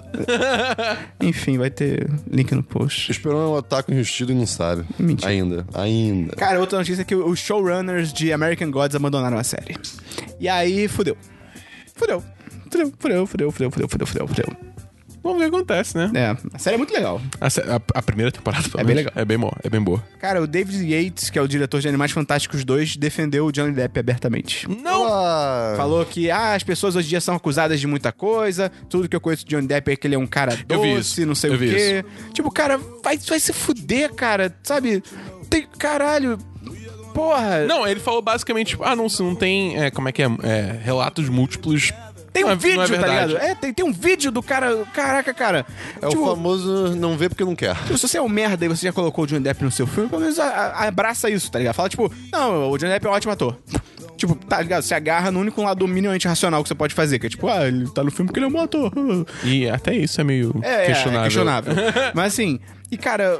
Enfim, vai ter link no post. O Esperon é um otaku enrustido e não sabe. Mentira. Ainda, ainda. Cara, outra notícia é que os showrunners de American Gods abandonaram a série. E aí, fudeu. Fudeu. Fudeu, fudeu, fudeu, fudeu, fudeu, fudeu, fudeu, fudeu. Vamos ver o que acontece, né? É, a série é muito legal. A, se- a- a primeira temporada, pelo É bem menos, legal. É bem boa, é bem boa. Cara, o David Yates, que é o diretor de Animais Fantásticos dois, defendeu o Johnny Depp abertamente. Não! Ah, Falou que, ah, as pessoas hoje em dia são acusadas de muita coisa, tudo que eu conheço de Johnny Depp é que ele é um cara Eu vi doce, isso. não sei Eu o vi quê. Tipo, cara, vai, vai se fuder, cara, sabe? Tem, caralho, porra. Não, ele falou basicamente, tipo, ah, não, se não tem, é, como é que é, é, relatos múltiplos. Tem um não é- vídeo, não é tá verdade. ligado? É, tem, tem um vídeo do cara. Caraca, cara. é tipo, o famoso não vê porque não quer. tipo, se você é um merda e você já colocou o Johnny Depp no seu filme, pelo menos a- a- abraça isso, tá ligado? Fala, tipo, não, o Johnny Depp é um ótimo ator. Tipo, tá ligado? Você agarra no único lado minimamente racional que você pode fazer, que é tipo, ah, ele tá no filme porque ele é um bom ator. E até isso é meio É, questionável. é questionável. Mas assim, e cara,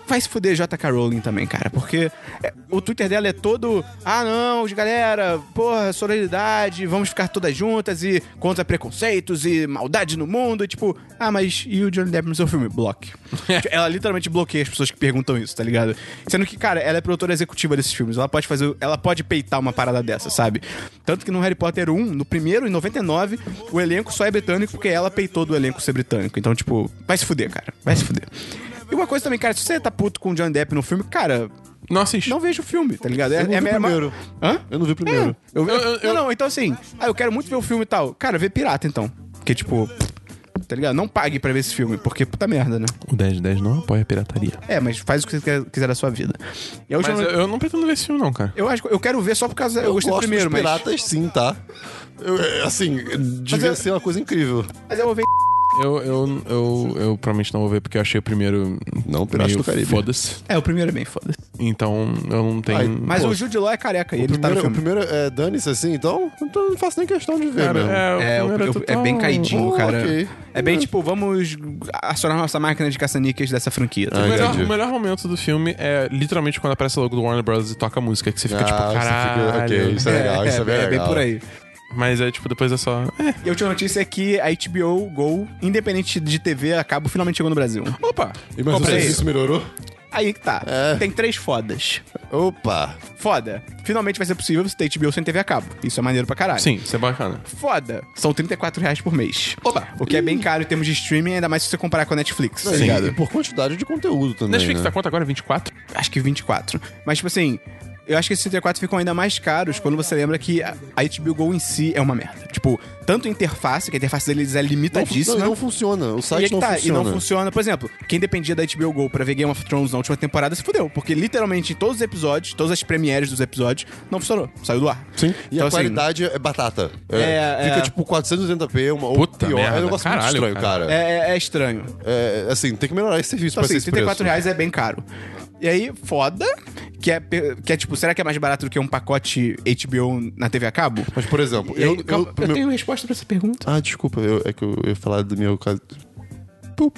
vai se fuder J K. Rowling também, cara, porque é, o Twitter dela é todo, ah, não, galera, porra, sororidade, vamos ficar todas juntas e contra preconceitos e maldade no mundo, e tipo, ah, mas e o Johnny Depp no seu filme? Bloque. Ela literalmente bloqueia as pessoas que perguntam isso, tá ligado? Sendo que, cara, ela é produtora executiva desses filmes, ela pode fazer, ela pode peitar uma parada dessa, sabe? Tanto que no Harry Potter um, no primeiro, em noventa e nove, o elenco só é britânico porque ela peitou do elenco ser britânico. Então, tipo, vai se fuder, cara, vai se fuder. E uma coisa também, cara, se você tá puto com o Johnny Depp no filme, cara, Não assiste. não veja o filme, tá ligado? É, Eu não é vi o mesma- primeiro. Hã? Eu não vi o primeiro. É, eu, Eu- eu- não, não, então assim, ah, eu quero muito ver o filme e tal. Cara, vê pirata então. Porque, tipo, tá ligado? Não pague pra ver esse filme, porque puta merda, né? O dez de dez não apoia a pirataria. É, mas faz o que você quer- quiser da sua vida. E a última, Mas eu, eu, eu não pretendo ver esse filme, não, cara. acho que eu quero ver só por causa. Eu, gostei do gosto primeiro, dos mas. piratas, sim, tá? Eu, é, assim, devia eu- ser uma coisa incrível. Mas eu vou ver. Eu, eu, eu, eu provavelmente não vou ver porque eu achei o primeiro Não, Piratas meio do Caribe. foda-se. É, o primeiro é bem foda. Então eu não tenho... Ai, Mas Pô, o Jude Law é careca e O ele tá no primeiro, o filme. primeiro é dane-se assim, então, então eu não faço nem questão de ver Cara, mesmo. é, o É, o, primeiro o- total- é bem caidinho, Oh, cara. ok. É bem tipo, vamos acionar nossa máquina de caça-níqueis dessa franquia. tá Ah, O ligado? melhor, entendi. o melhor momento do filme é literalmente quando aparece o logo do Warner Bros. E toca a música, que você fica Ah, tipo, você fica- caralho. ok, isso é legal, isso é bem é, legal. bem por aí. Mas é tipo, depois é só... É. E a última notícia é que a H B O Go, independente de T V, a cabo finalmente chegou no Brasil. Opa! E mas o Comprei. serviço melhorou? Aí que tá. É. Tem três fodas. Opa! Foda. Finalmente vai ser possível você ter H B O sem T V a cabo. Isso é maneiro pra caralho. Sim, isso é bacana. Foda. São trinta e quatro reais por mês. Opa! O que é bem caro em termos de streaming, ainda mais se você comparar com a Netflix. Tá Sim. ligado? E por quantidade de conteúdo também, Netflix né? tá quanto agora? vinte e quatro? Acho que vinte e quatro. Mas, tipo assim, eu acho que esses trinta e quatro ficam ainda mais caros quando você lembra que a a H B O Go em si é uma merda. Tipo, tanto a interface, que a interface deles é Não, limitadíssima. não, não funciona, o E, site é que não tá, funciona. e não funciona. Por exemplo, quem dependia da H B O Go pra ver Game of Thrones na última temporada se fudeu. Porque literalmente em todos os episódios, todas as premieres dos episódios, não funcionou. Saiu do ar. Sim, e Então, a assim, qualidade é batata. É, fica é. tipo quatrocentos e oitenta p, uma, ou Puta pior. merda, é um negócio caralho, muito estranho, cara. cara. É, é- é estranho. É, assim, tem que melhorar esse serviço Então, pra assim, ser esse trinta e quatro preço. reais é bem caro. E aí, foda, que é, pe- que é tipo, será que é mais barato do que um pacote H B O na T V a cabo? Mas, por exemplo, E aí, eu... calma, eu, eu meu- tenho resposta pra essa pergunta. Ah, desculpa, eu- é que eu ia falar do meu caso... Pup.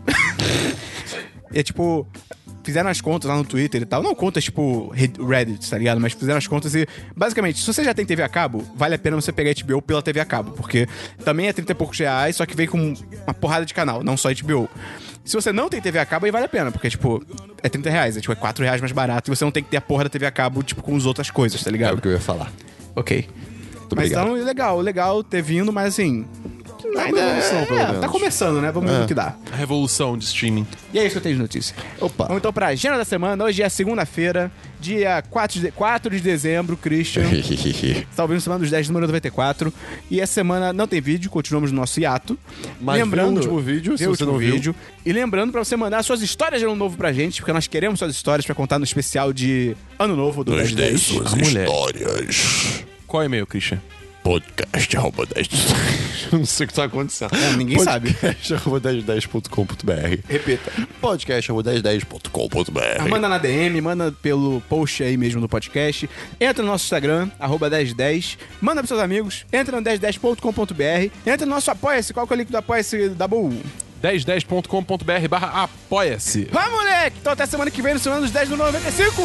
É tipo, fizeram as contas lá no Twitter e tal. Não contas tipo Reddit, tá ligado? Mas fizeram as contas e, basicamente, se você já tem T V a cabo, vale a pena você pegar H B O pela T V a cabo. Porque também é trinta e poucos reais, só que vem com uma porrada de canal, não só H B O. Se você não tem T V a cabo, aí vale a pena, porque, tipo, é trinta reais, é tipo, é quatro reais mais barato e você não tem que ter a porra da T V a cabo, tipo, com as outras coisas, tá É ligado? o que eu ia falar. Ok. Muito Mas obrigado. então, legal, legal ter vindo, mas assim. uma evolução, pelo é, menos. tá começando, né? Vamos ver o que dá. A revolução de streaming. E é isso que eu tenho de notícia. Opa. Vamos então pra agenda da semana. Hoje é segunda-feira, dia quatro de, quatro de dezembro, Christian. Está ouvindo Semana dos dez, número noventa e quatro. E essa semana não tem vídeo, continuamos no nosso hiato. Mas vê o último vídeo, vê se o você último não viu. vídeo. E lembrando pra você mandar suas histórias de ano novo pra gente, porque nós queremos suas histórias pra contar no especial de ano novo do dez de dez. A mulher. histórias. Qual é o e-mail, Christian? Podcast arroba dez. Não sei o que tá acontecendo. É, ninguém sabe. Podcast arroba dez dez ponto com ponto b r. Repita. Podcast arroba dez dez ponto com ponto b r. Manda na D M, manda pelo post aí mesmo do podcast. Entra no nosso Instagram, arroba dez dez. Manda pros seus amigos. Entra no dez dez ponto com ponto b r. Entra no nosso Apoia-se. Qual que é o link do Apoia-se da Boa? dez dez ponto com ponto b r barra apoia-se. Vai, moleque! Então até semana que vem no Semana dos dez do noventa e cinco.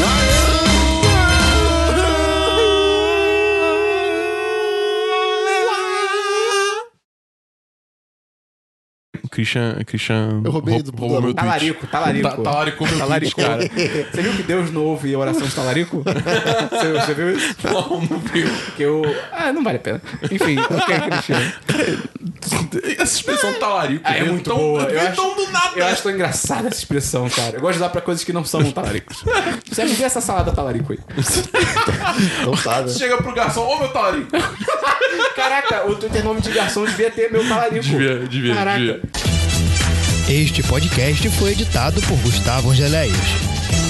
Christian, Christian Eu roubei rou- do- roubou do- meu tweet. Talarico, talarico. Ta- Talarico meu Talarico. tweet, cara. Você viu que Deus não ouve a oração de talarico? Você, você viu isso? Não, não viu. Que eu... Ah, não vale a pena. Enfim, ok, Cristiano. Essa expressão talarico Ah, é veio muito tão, boa. veio Eu acho, tão do nada. eu acho tão engraçada essa expressão, cara. Eu gosto de usar pra coisas que não são talaricos. Você me vê essa salada talarico aí. Não tá, né? Chega pro garçom, ô meu talarico. Caraca, o Twitter nome de garçom devia ter meu talarico. Devia, devia, Caraca. devia. Este podcast foi editado por Gustavo Angeléias.